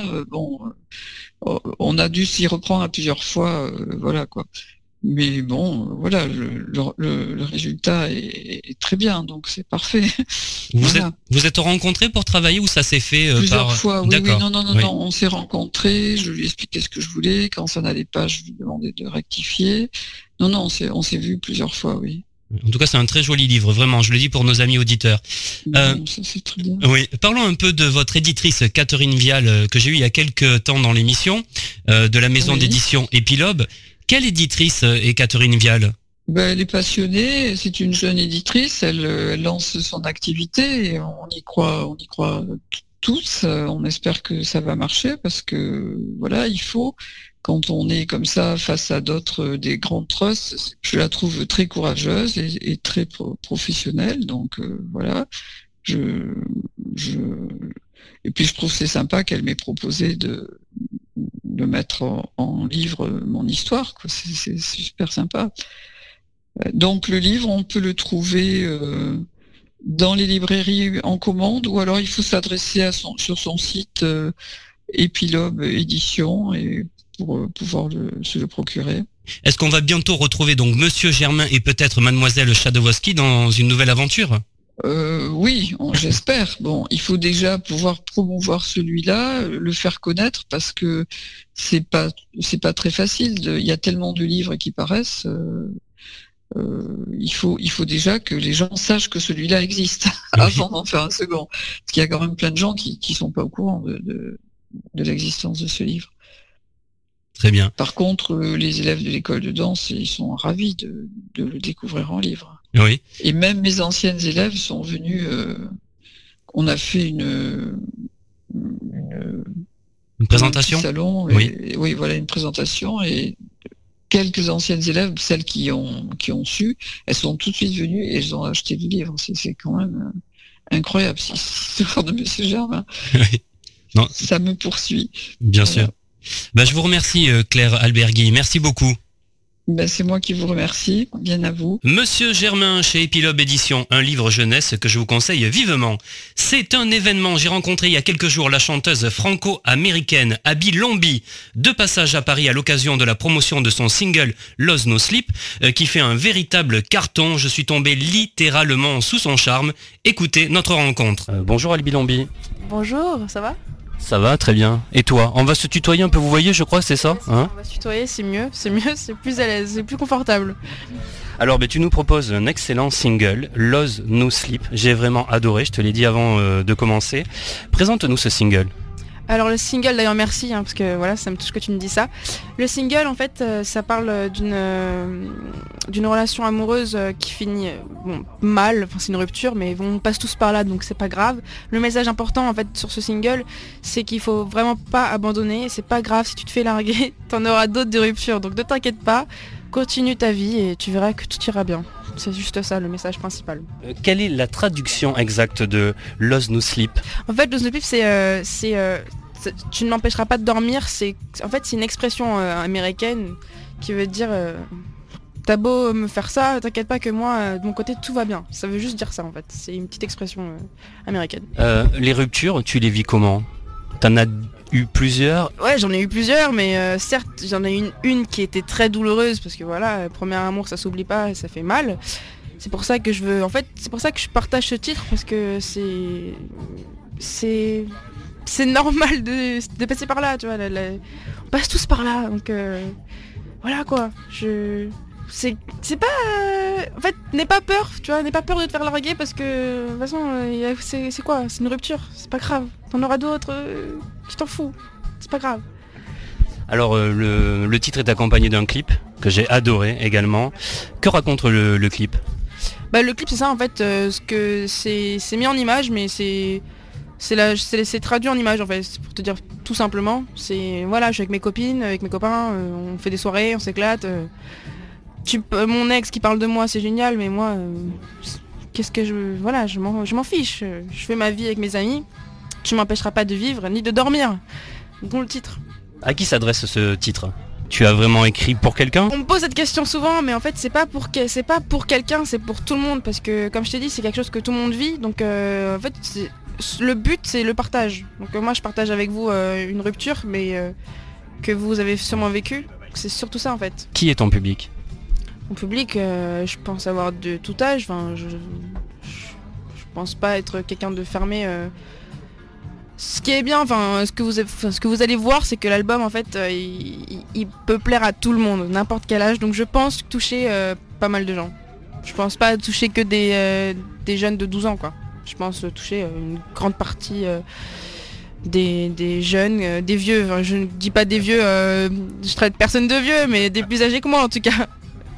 on a dû s'y reprendre à plusieurs fois, voilà quoi. Mais bon, voilà, le résultat est très bien, donc c'est parfait. Vous êtes rencontrés pour travailler ou ça s'est fait plusieurs fois? Oui, non, on s'est rencontrés, je lui expliquais ce que je voulais, quand ça n'allait pas, je lui demandais de rectifier. Non, on s'est vu plusieurs fois, oui. En tout cas, c'est un très joli livre, vraiment, je le dis pour nos amis auditeurs. Ça, c'est très bien. Oui, parlons un peu de votre éditrice, Catherine Vial, que j'ai eue il y a quelques temps dans l'émission, de la maison d'édition Épilogue. Quelle éditrice est Catherine Vial? Elle est passionnée, c'est une jeune éditrice, elle lance son activité et on y croit tous. On espère que ça va marcher parce que voilà, il faut, quand on est comme ça face à d'autres, des grands trusts, je la trouve très courageuse et très professionnelle. Donc voilà, et puis je trouve que c'est sympa qu'elle m'ait proposé de mettre en livre mon histoire, quoi. C'est super sympa. Donc le livre, on peut le trouver dans les librairies en commande, ou alors il faut s'adresser sur son site Epilobe Édition et pour pouvoir se le procurer. Est-ce qu'on va bientôt retrouver donc Monsieur Germain et peut-être Mademoiselle Chadowski dans une nouvelle aventure ? Oui, j'espère. Bon, il faut déjà pouvoir promouvoir celui-là, le faire connaître, parce que c'est pas très facile. Il y a tellement de livres qui paraissent. Il faut déjà que les gens sachent que celui-là existe avant d'en faire un second. Parce qu'il y a quand même plein de gens qui sont pas au courant de l'existence de ce livre. Très bien. Par contre, les élèves de l'école de danse, ils sont ravis de le découvrir en livre. Oui. Et même mes anciennes élèves sont venues. On a fait une présentation. Un salon. Oui, voilà, une présentation. Et quelques anciennes élèves, celles qui ont su, elles sont tout de suite venues et elles ont acheté du livre. C'est quand même incroyable, cette histoire de Monsieur Germain. Oui. Non. Ça me poursuit. Bien sûr. Je vous remercie, Claire Albergui. Merci beaucoup. C'est moi qui vous remercie, bien à vous. Monsieur Germain chez Epilobe Édition, un livre jeunesse que je vous conseille vivement. C'est un événement, j'ai rencontré il y a quelques jours la chanteuse franco-américaine Abby Lombi, de passage à Paris à l'occasion de la promotion de son single Lose No Sleep, qui fait un véritable carton. Je suis tombé littéralement sous son charme. Écoutez notre rencontre. Bonjour Abby Lombi. Bonjour, ça va ? Ça va, très bien. Et toi ? On va se tutoyer un peu, vous voyez, je crois, c'est ça, hein ? On va se tutoyer, c'est mieux, c'est plus à l'aise, c'est plus confortable. Alors, tu nous proposes un excellent single, Lose No Sleep. J'ai vraiment adoré, je te l'ai dit avant de commencer. Présente-nous ce single. Alors le single, d'ailleurs merci, parce que voilà, ça me touche que tu me dis ça. Le single, en fait, ça parle d'une relation amoureuse qui finit mal, c'est une rupture, mais on passe tous par là, donc c'est pas grave. Le message important, en fait, sur ce single, c'est qu'il faut vraiment pas abandonner, c'est pas grave si tu te fais larguer, t'en auras d'autres de ruptures, donc ne t'inquiète pas, continue ta vie et tu verras que tout ira bien. C'est juste ça, le message principal. Quelle est la traduction exacte de Lose No Sleep ? En fait, Lose No Sleep, tu ne m'empêcheras pas de dormir. C'est une expression américaine qui veut dire t'as beau me faire ça, t'inquiète pas que moi, de mon côté, tout va bien. Ça veut juste dire ça, en fait. C'est une petite expression américaine. Les ruptures, tu les vis comment ? T'en as eu plusieurs ? Ouais, j'en ai eu plusieurs, mais certes, j'en ai eu une qui était très douloureuse, parce que voilà, premier amour, ça s'oublie pas et ça fait mal. C'est pour ça que c'est pour ça que je partage ce titre, parce que c'est normal de passer par là, tu vois. On passe tous par là, donc voilà quoi. C'est pas... En fait, n'aie pas peur, tu vois, n'aie pas peur de te faire larguer parce que, de toute façon, c'est quoi ? C'est une rupture, c'est pas grave. T'en auras d'autres, tu t'en fous, c'est pas grave. Alors, le titre est accompagné d'un clip que j'ai adoré également. Que raconte le clip ? Le clip, c'est ça, en fait, ce que c'est mis en image, mais c'est traduit en image, en fait, c'est pour te dire tout simplement. C'est, voilà, je suis avec mes copines, avec mes copains, on fait des soirées, on s'éclate. Mon ex qui parle de moi, c'est génial, mais moi, je m'en fiche. Je fais ma vie avec mes amis. Tu m'empêcheras pas de vivre, ni de dormir. D'où le titre. À qui s'adresse ce titre ? Tu as vraiment écrit pour quelqu'un ? On me pose cette question souvent, mais en fait, c'est pas pour quelqu'un, c'est pour tout le monde. Parce que, comme je t'ai dit, c'est quelque chose que tout le monde vit. Donc, en fait, le but, c'est le partage. Donc, moi, je partage avec vous une rupture, mais que vous avez sûrement vécu. C'est surtout ça, en fait. Qui est ton public ? Mon public, je pense avoir de tout âge. Enfin, je pense pas être quelqu'un de fermé. Ce qui est bien, ce que vous allez voir, c'est que l'album, en fait, il peut plaire à tout le monde, n'importe quel âge. Donc je pense toucher pas mal de gens. Je pense pas toucher que des jeunes de 12 ans, quoi. Je pense toucher une grande partie des jeunes, des vieux. Enfin, je ne dis pas des vieux, je traite personne de vieux, mais des plus âgés que moi, en tout cas.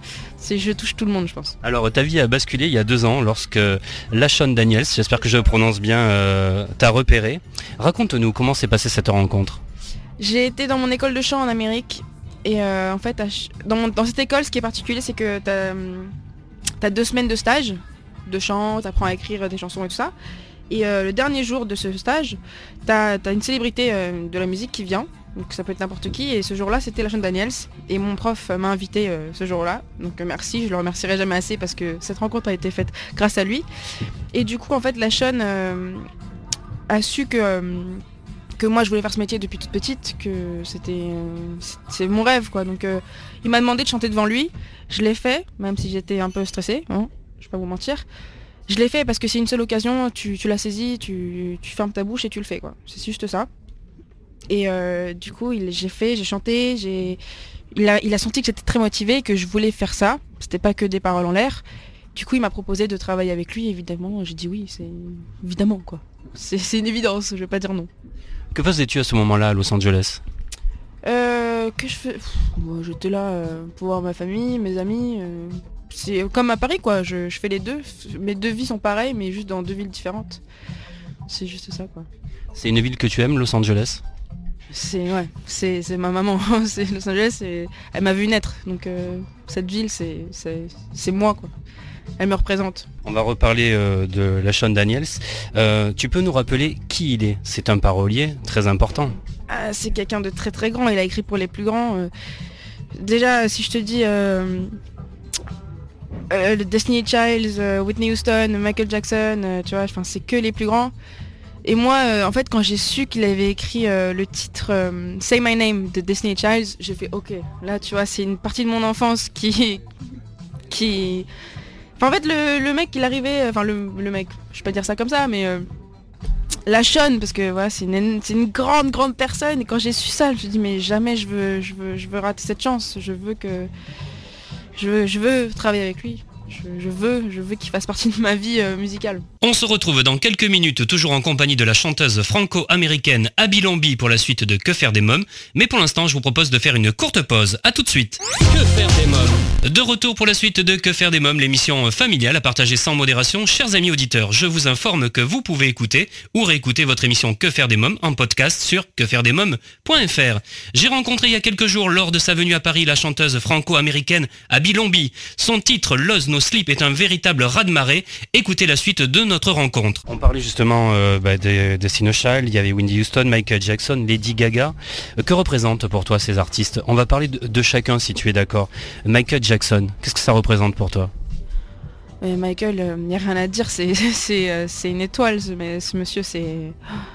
je touche tout le monde, je pense. Alors ta vie a basculé il y a 2 ans lorsque LaShawn Daniels, j'espère que je prononce bien, t'a repéré. Raconte-nous comment s'est passée cette rencontre. J'ai été dans mon école de chant en Amérique et en fait dans cette école, ce qui est particulier, c'est que t'as 2 semaines de stage de chant, t'apprends à écrire des chansons et tout ça. Et le dernier jour de ce stage, t'as une célébrité de la musique qui vient, donc ça peut être n'importe qui, et ce jour-là c'était LaShawn Daniels, et mon prof m'a invité ce jour-là, donc merci, je le remercierai jamais assez parce que cette rencontre a été faite grâce à lui. Et du coup en fait LaShawn a su que moi je voulais faire ce métier depuis toute petite, que c'est mon rêve quoi, donc il m'a demandé de chanter devant lui, je l'ai fait, même si j'étais un peu stressée, hein, je vais pas vous mentir. Je l'ai fait parce que c'est une seule occasion, tu la saisis, tu fermes ta bouche et tu le fais quoi. C'est juste ça. Et du coup j'ai chanté, il a senti que j'étais très motivée, que je voulais faire ça. C'était pas que des paroles en l'air. Du coup il m'a proposé de travailler avec lui, évidemment, j'ai dit oui, c'est évidemment quoi. C'est une évidence, je vais pas dire non. Que faisais-tu à ce moment-là à Los Angeles ? Que je fais. J'étais là pour voir ma famille, mes amis. C'est comme à Paris quoi, je fais les deux. Mes 2 vies sont pareilles mais juste dans 2 villes différentes. C'est juste ça quoi. C'est une ville que tu aimes, Los Angeles ? C'est ma maman, c'est Los Angeles, elle m'a vu naître. Donc cette ville c'est moi quoi. Elle me représente. On va reparler de LaShawn Daniels. Tu peux nous rappeler qui il est ? C'est un parolier très important. C'est quelqu'un de très très grand, il a écrit pour les plus grands. Déjà si je te dis Destiny Childs, Whitney Houston, Michael Jackson, tu vois, c'est que les plus grands. Et moi, en fait, quand j'ai su qu'il avait écrit le titre Say My Name de Destiny Childs, j'ai fait ok, là, tu vois, c'est une partie de mon enfance qui... Enfin, en fait, le mec, il arrivait... Enfin, le mec, je vais pas dire ça comme ça, mais... LaShawn, parce que voilà, c'est une grande personne. Et quand j'ai su ça, je me suis dit, mais jamais je veux rater cette chance. Je veux travailler avec lui. Je veux qu'il fasse partie de ma vie musicale. On se retrouve dans quelques minutes, toujours en compagnie de la chanteuse franco-américaine Abby Lambie pour la suite de Que faire des mômes. Mais pour l'instant, je vous propose de faire une courte pause. A tout de suite. Que faire des mômes ? De retour pour la suite de Que faire des mômes, l'émission familiale à partager sans modération. Chers amis auditeurs, je vous informe que vous pouvez écouter ou réécouter votre émission Que faire des mômes en podcast sur quefairedesmômes.fr. J'ai rencontré il y a quelques jours, lors de sa venue à Paris, la chanteuse franco-américaine Abby Lambie. Son titre Lost No Sleep est un véritable raz-de-marée. Écoutez la suite de notre rencontre. On parlait justement de Destiny Child, il y avait Whitney Houston, Michael Jackson, Lady Gaga. Que représentent pour toi ces artistes ? On va parler de chacun si tu es d'accord. Michael Jackson, qu'est-ce que ça représente pour toi ? Michael, il n'y a rien à dire, c'est une étoile ce monsieur, c'est...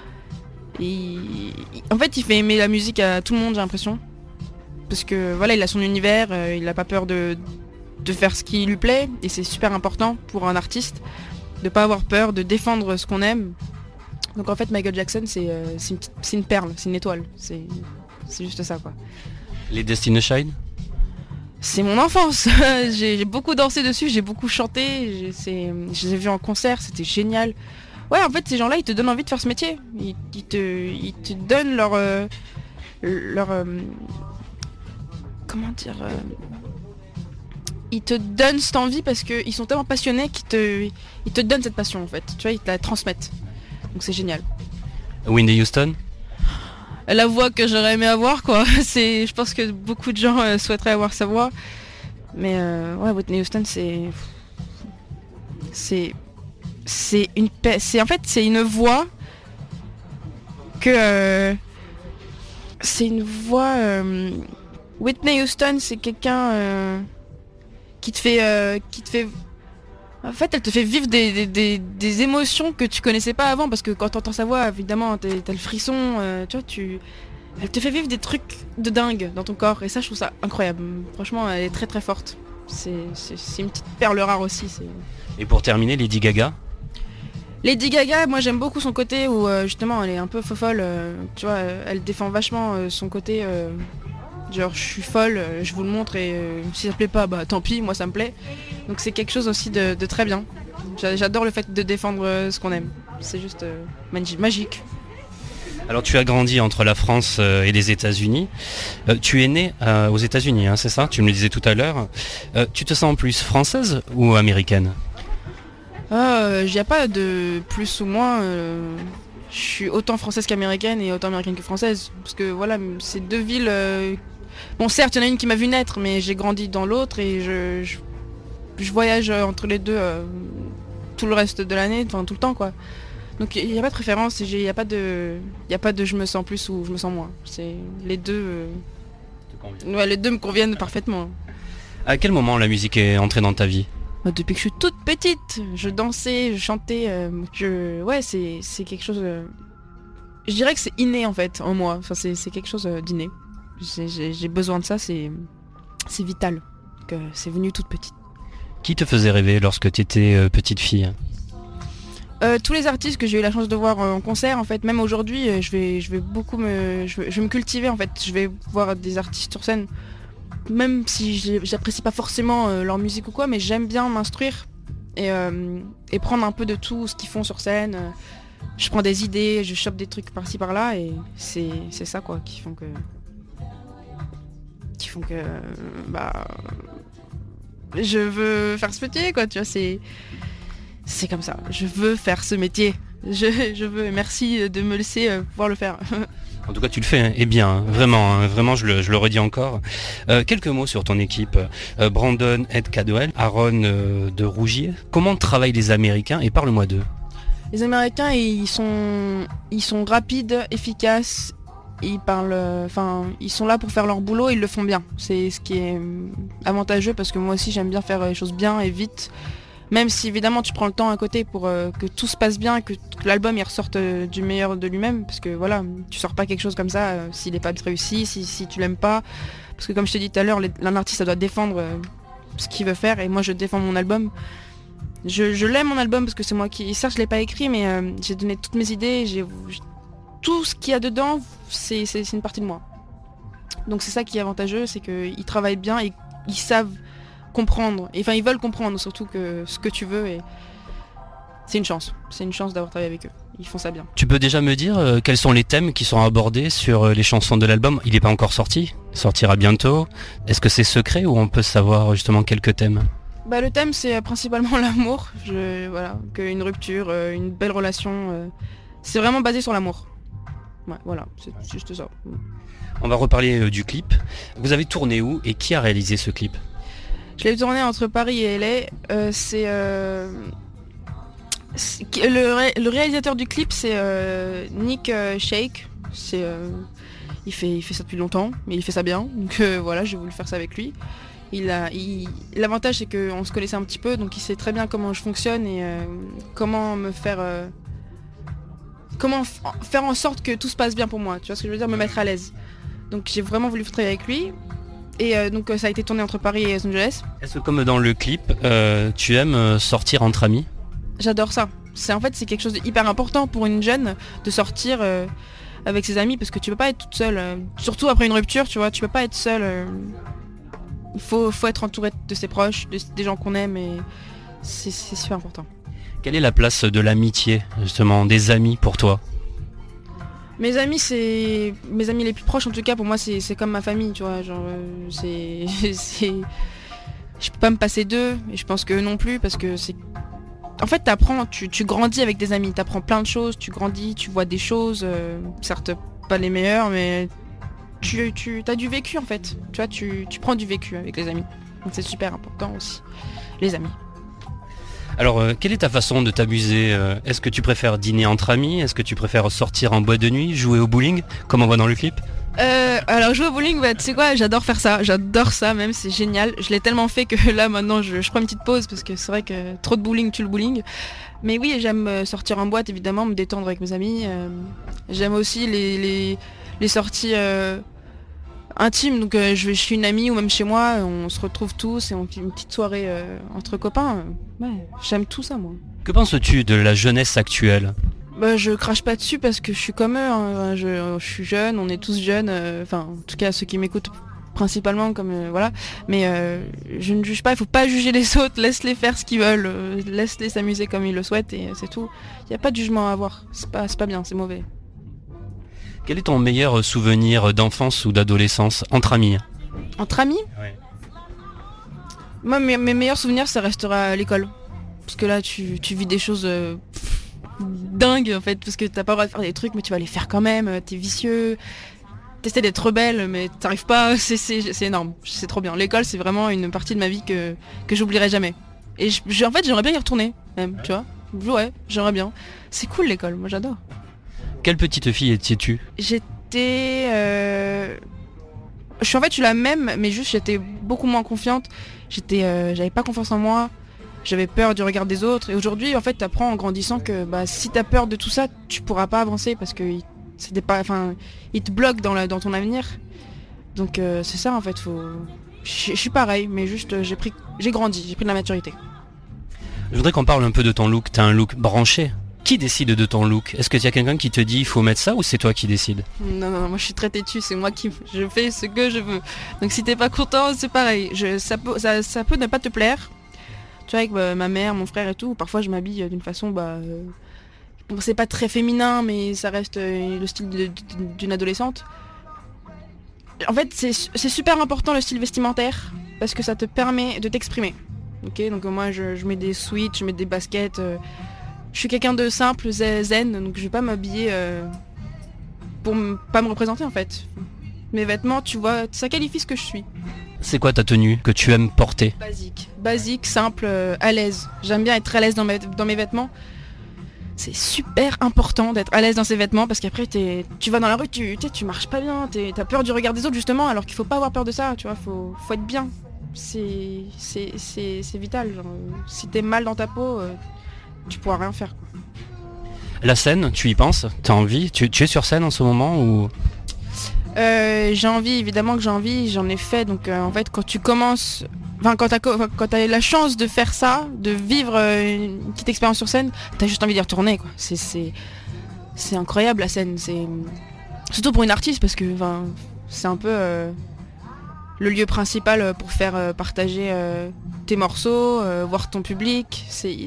En fait il fait aimer la musique à tout le monde, j'ai l'impression. Parce que voilà, il a son univers, il n'a pas peur de faire ce qui lui plaît, et c'est super important pour un artiste de pas avoir peur, de défendre ce qu'on aime. Donc en fait Michael Jackson c'est une perle, c'est une étoile, c'est juste ça quoi. Les Destiny Child ? C'est mon enfance, j'ai beaucoup dansé dessus, j'ai beaucoup chanté, je les ai vus en concert, c'était génial. Ouais, en fait ces gens-là ils te donnent envie de faire ce métier, ils te donnent leur comment dire, ils te donnent cette envie parce qu'ils sont tellement passionnés qu'ils te donnent cette passion en fait. Tu vois, ils te la transmettent. Donc c'est génial. Whitney Houston ? La voix que j'aurais aimé avoir quoi. Je pense que beaucoup de gens souhaiteraient avoir sa voix. Mais ouais, Whitney Houston c'est une voix que c'est une voix Whitney Houston c'est quelqu'un qui te fait en fait elle te fait vivre des émotions que tu connaissais pas avant, parce que quand t'entends sa voix évidemment t'as le frisson, tu vois, elle te fait vivre des trucs de dingue dans ton corps, et ça je trouve ça incroyable. Franchement elle est très très forte, c'est une petite perle rare aussi. Et pour terminer, Lady Gaga ? Lady Gaga, moi j'aime beaucoup son côté où justement elle est un peu folle, tu vois, elle défend vachement son côté genre je suis folle, je vous le montre, et si ça plaît pas, bah tant pis, moi ça me plaît. Donc c'est quelque chose aussi de très bien. J'adore le fait de défendre ce qu'on aime. C'est juste magique. Alors tu as grandi entre la France et les États-Unis. Tu es née aux États-Unis, hein, c'est ça? Tu me le disais tout à l'heure. Tu te sens plus française ou américaine? Il n'y a pas de plus ou moins. Je suis autant française qu'américaine et autant américaine que française. Parce que voilà, c'est deux villes... Bon certes, il y en a une qui m'a vu naître, mais j'ai grandi dans l'autre et je voyage entre les deux tout le reste de l'année, enfin tout le temps quoi. Donc il n'y a pas de préférence, il n'y a pas de je me sens plus ou je me sens moins. C'est les deux. Ouais, les deux me conviennent parfaitement. À quel moment la musique est entrée dans ta vie? Depuis que je suis toute petite, je dansais, je chantais. Ouais, c'est quelque chose. Je dirais que c'est inné en fait en moi. Enfin c'est quelque chose d'inné. J'ai besoin de ça, c'est vital. Que c'est venu toute petite. Qui te faisait rêver lorsque tu étais petite fille? Tous les artistes que j'ai eu la chance de voir en concert, en fait, même aujourd'hui, je vais beaucoup je vais me cultiver en fait. Je vais voir des artistes sur scène, même si j'apprécie pas forcément leur musique ou quoi, mais j'aime bien m'instruire et prendre un peu de tout ce qu'ils font sur scène. Je prends des idées, je chope des trucs par-ci par-là et c'est ça quoi qui font que je veux faire ce métier quoi, tu vois, c'est comme ça, je veux faire ce métier, je veux, merci de me laisser pouvoir le faire. En tout cas tu le fais, hein, et bien, hein, vraiment je le redis encore. Quelques mots sur ton équipe, Brandon Ed Cadwell, Aaron de Rougier. Comment travaillent les Américains et parle-moi d'eux. Les Américains ils sont rapides, efficaces, ils sont là pour faire leur boulot, ils le font bien. C'est ce qui est avantageux parce que moi aussi j'aime bien faire les choses bien et vite. Même si évidemment tu prends le temps à côté pour que tout se passe bien, que l'album il ressorte du meilleur de lui-même. Parce que voilà, tu sors pas quelque chose comme ça s'il n'est pas réussi, si tu l'aimes pas. Parce que comme je t'ai dit tout à l'heure, un artiste ça doit défendre ce qu'il veut faire et moi je défends mon album. Je l'aime mon album parce que c'est moi qui... Certes je l'ai pas écrit mais j'ai donné toutes mes idées, tout ce qu'il y a dedans, c'est une partie de moi. Donc c'est ça qui est avantageux, c'est qu'ils travaillent bien et ils savent comprendre. Et enfin ils veulent comprendre surtout que ce que tu veux et c'est une chance. C'est une chance d'avoir travaillé avec eux. Ils font ça bien. Tu peux déjà me dire quels sont les thèmes qui sont abordés sur les chansons de l'album? Il n'est pas encore sorti, il sortira bientôt. Est-ce que c'est secret ou on peut savoir justement quelques thèmes? Le thème c'est principalement l'amour. Voilà, qu'une rupture, une belle relation. C'est vraiment basé sur l'amour. Ouais, voilà, c'est juste ça. On va reparler du clip. Vous avez tourné où et qui a réalisé ce clip? Je l'ai tourné entre Paris et LA. Le réalisateur du clip, c'est Nick Shake. Il fait ça depuis longtemps, mais il fait ça bien. Donc voilà, j'ai voulu faire ça avec lui. L'avantage, c'est qu'on se connaissait un petit peu, donc il sait très bien comment je fonctionne et comment faire en sorte que tout se passe bien pour moi. Tu vois ce que je veux dire, me mettre à l'aise. Donc j'ai vraiment voulu travailler avec lui. Et donc ça a été tourné entre Paris et Los Angeles. Est-ce que comme dans le clip, tu aimes sortir entre amis? J'adore ça. C'est quelque chose d'hyper important pour une jeune de sortir avec ses amis parce que tu peux pas être toute seule. Surtout après une rupture, tu vois, tu peux pas être seule. Il faut être entouré de ses proches, des gens qu'on aime et c'est super important. Quelle est la place de l'amitié, justement, des amis pour toi? Mes amis les plus proches en tout cas pour moi c'est comme ma famille, tu vois, genre je peux pas me passer d'eux et je pense que eux non plus parce que c'est en fait t'apprends, tu grandis avec des amis, t'apprends plein de choses, tu grandis, tu vois des choses, certes pas les meilleures mais tu as du vécu en fait, tu vois, tu prends du vécu avec les amis, donc c'est super important aussi, les amis. Alors, quelle est ta façon de t'amuser? Est-ce que tu préfères dîner entre amis? Est-ce que tu préfères sortir en boîte de nuit, jouer au bowling, comme on voit dans le clip? Alors jouer au bowling, tu sais quoi, j'adore faire ça, même, c'est génial. Je l'ai tellement fait que là maintenant je prends une petite pause parce que c'est vrai que trop de bowling tue le bowling. Mais oui, j'aime sortir en boîte évidemment, me détendre avec mes amis. J'aime aussi les sorties intime, donc je suis une amie ou même chez moi, on se retrouve tous et on fait une petite soirée entre copains. Ouais, j'aime tout ça moi. Que penses-tu de la jeunesse actuelle? Je crache pas dessus parce que je suis comme eux, hein. Je suis jeune, on est tous jeunes, enfin en tout cas ceux qui m'écoutent principalement comme voilà, mais je ne juge pas, il faut pas juger les autres, laisse-les faire ce qu'ils veulent, laisse-les s'amuser comme ils le souhaitent et c'est tout. Il n'y a pas de jugement à avoir, c'est pas bien, c'est mauvais. Quel est ton meilleur souvenir d'enfance ou d'adolescence entre amis? Entre amis? Ouais. Moi, mes meilleurs souvenirs, ça restera à l'école. Parce que là, tu vis des choses dingues, en fait, parce que t'as pas le droit de faire des trucs, mais tu vas les faire quand même, t'es vicieux, t'essaies d'être rebelle, mais t'arrives pas, c'est énorme, c'est trop bien. L'école, c'est vraiment une partie de ma vie que j'oublierai jamais. Et en fait, j'aimerais bien y retourner, même, tu vois. Ouais, j'aimerais bien. C'est cool l'école, moi j'adore. Quelle petite fille étais-tu? J'étais... Je suis la même, mais juste j'étais beaucoup moins confiante. J'avais pas confiance en moi. J'avais peur du regard des autres. Et aujourd'hui, en fait, t'apprends en grandissant que si t'as peur de tout ça, tu pourras pas avancer parce que il te bloque dans ton avenir. Donc c'est ça en fait. Je suis pareil, mais juste j'ai grandi, j'ai pris de la maturité. Je voudrais qu'on parle un peu de ton look. T'as un look branché. Qui décide de ton look? Est-ce qu'il y a quelqu'un qui te dit il faut mettre ça ou c'est toi qui décides? Non, moi je suis très têtue, c'est moi je fais ce que je veux. Donc si t'es pas content, c'est pareil. Ça peut ne pas te plaire. Tu vois, avec ma mère, mon frère et tout, parfois je m'habille d'une façon, c'est pas très féminin, mais ça reste le style d'une adolescente. En fait, c'est super important le style vestimentaire, parce que ça te permet de t'exprimer. Ok, donc moi je mets des sweats, je mets des baskets. Je suis quelqu'un de simple, zen, donc je vais pas m'habiller pour pas me représenter en fait. Mes vêtements, tu vois, ça qualifie ce que je suis. C'est quoi ta tenue que tu aimes porter? Basique, simple, à l'aise. J'aime bien être à l'aise dans mes vêtements. C'est super important d'être à l'aise dans ses vêtements parce qu'après tu vas dans la rue, tu marches pas bien, t'as peur du regard des autres justement, alors qu'il faut pas avoir peur de ça, tu vois, faut être bien. C'est vital, genre, si t'es mal dans ta peau, tu pourras rien faire, quoi. La scène, tu y penses? T'as envie? Tu es sur scène en ce moment ou? J'ai envie, évidemment que j'ai envie, j'en ai fait, donc en fait quand tu commences, quand t'as la chance de faire ça, de vivre une petite expérience sur scène, t'as juste envie d'y retourner, quoi. C'est incroyable la scène, c'est surtout pour une artiste parce que c'est un peu le lieu principal pour faire partager tes morceaux, voir ton public.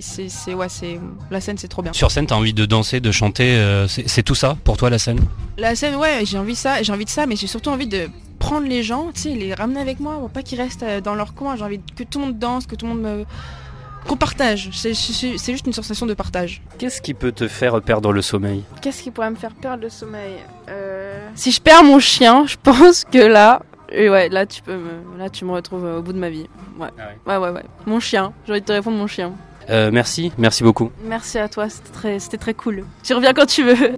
La scène, c'est trop bien. Sur scène, t'as envie de danser, de chanter, c'est tout ça pour toi la scène? La scène, ouais, j'ai envie de ça, mais j'ai surtout envie de prendre les gens, tu sais, les ramener avec moi, pour pas qu'ils restent dans leur coin. J'ai envie que tout le monde danse, que tout le monde qu'on partage. C'est juste une sensation de partage. Qu'est-ce qui peut te faire perdre le sommeil? Qu'est-ce qui pourrait me faire perdre le sommeil? Si je perds mon chien, je pense que là, tu me retrouves au bout de ma vie. Ouais. Ah ouais. Mon chien. J'ai envie de te répondre, mon chien. Merci beaucoup. Merci à toi, c'était très cool. Tu reviens quand tu veux.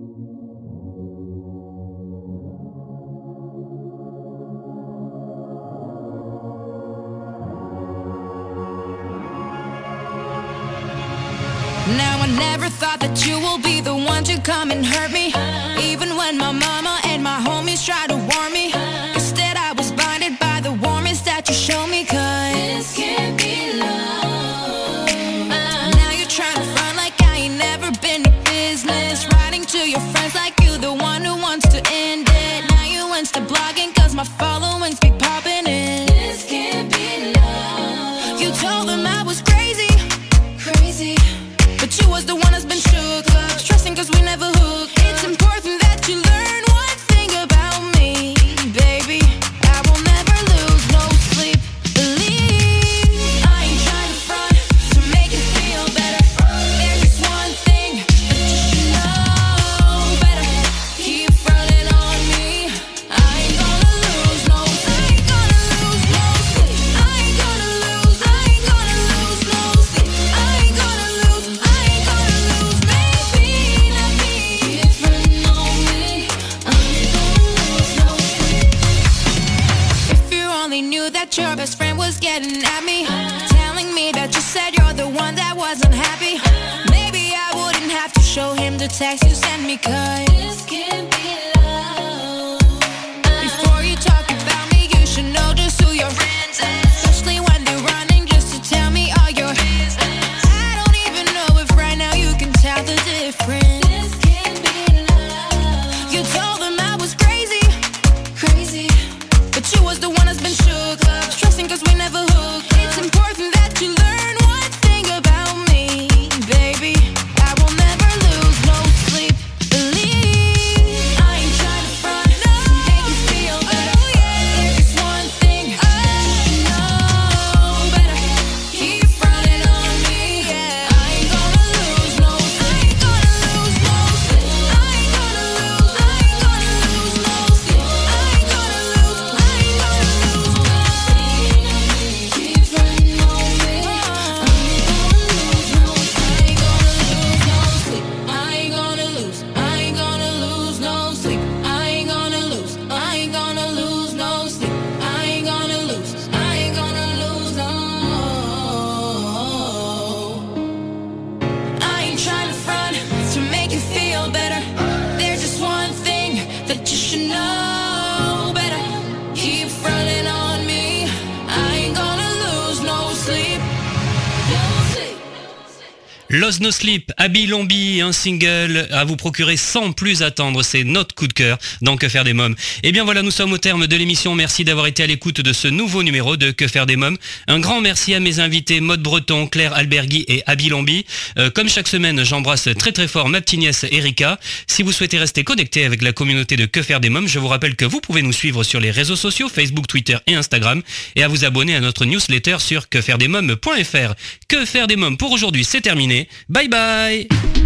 Now I never thought that you will be the one to come and hurt me. Even when my mama and my homies try to warn me. Instead I was blinded by the warmest that you show me. Cause this can't be love. Now you're trying to front like I ain't never been to business. Writing to your friends like you the one who wants to end it. Now you Insta blogging cause my followings be popping in. This can't be love. You told them I was crazy. But you was the one that's been shook up, stressing cause we never hooked up. It's important that you learn one thing about me, baby. I will never lose no sleep. Believe I ain't trying to front to make it feel better. There's just one thing that you should know better. Keep running on me. I ain't gonna lose no sleep. I ain't gonna lose no sleep. I ain't gonna lose no sleep. I ain't gonna lose. That your best friend was getting at me, telling me that you said you're the one that wasn't happy. Maybe I wouldn't have to show him the text you sent me, cause this can't be love. Before you talk about me, you should know just who your friends are, especially when they're running just to tell me all your business. I don't even know if right now you can tell the difference. This can't be love. You told them I was crazy, but you was the one that's been shook up, stressing cause we never hooked up. It's important that you learn one thing about me, baby. I will never lose no sleep. Believe I ain't Lost No Sleep, Abby Lombi, un single à vous procurer sans plus attendre. C'est notre coup de cœur dans Que faire des mômes. Et bien voilà, nous sommes au terme de l'émission. Merci d'avoir été à l'écoute de ce nouveau numéro de Que faire des mômes. Un grand merci à mes invités Maude Breton, Claire Albergui et Abby Lombi. Comme chaque semaine, j'embrasse très très fort ma petite nièce Erika. Si vous souhaitez rester connecté avec la communauté de Que faire des mômes, je vous rappelle que vous pouvez nous suivre sur les réseaux sociaux, Facebook, Twitter et Instagram, et à vous abonner à notre newsletter sur quefairedesmômes.fr. Que faire des mômes pour aujourd'hui, c'est terminé. Bye bye.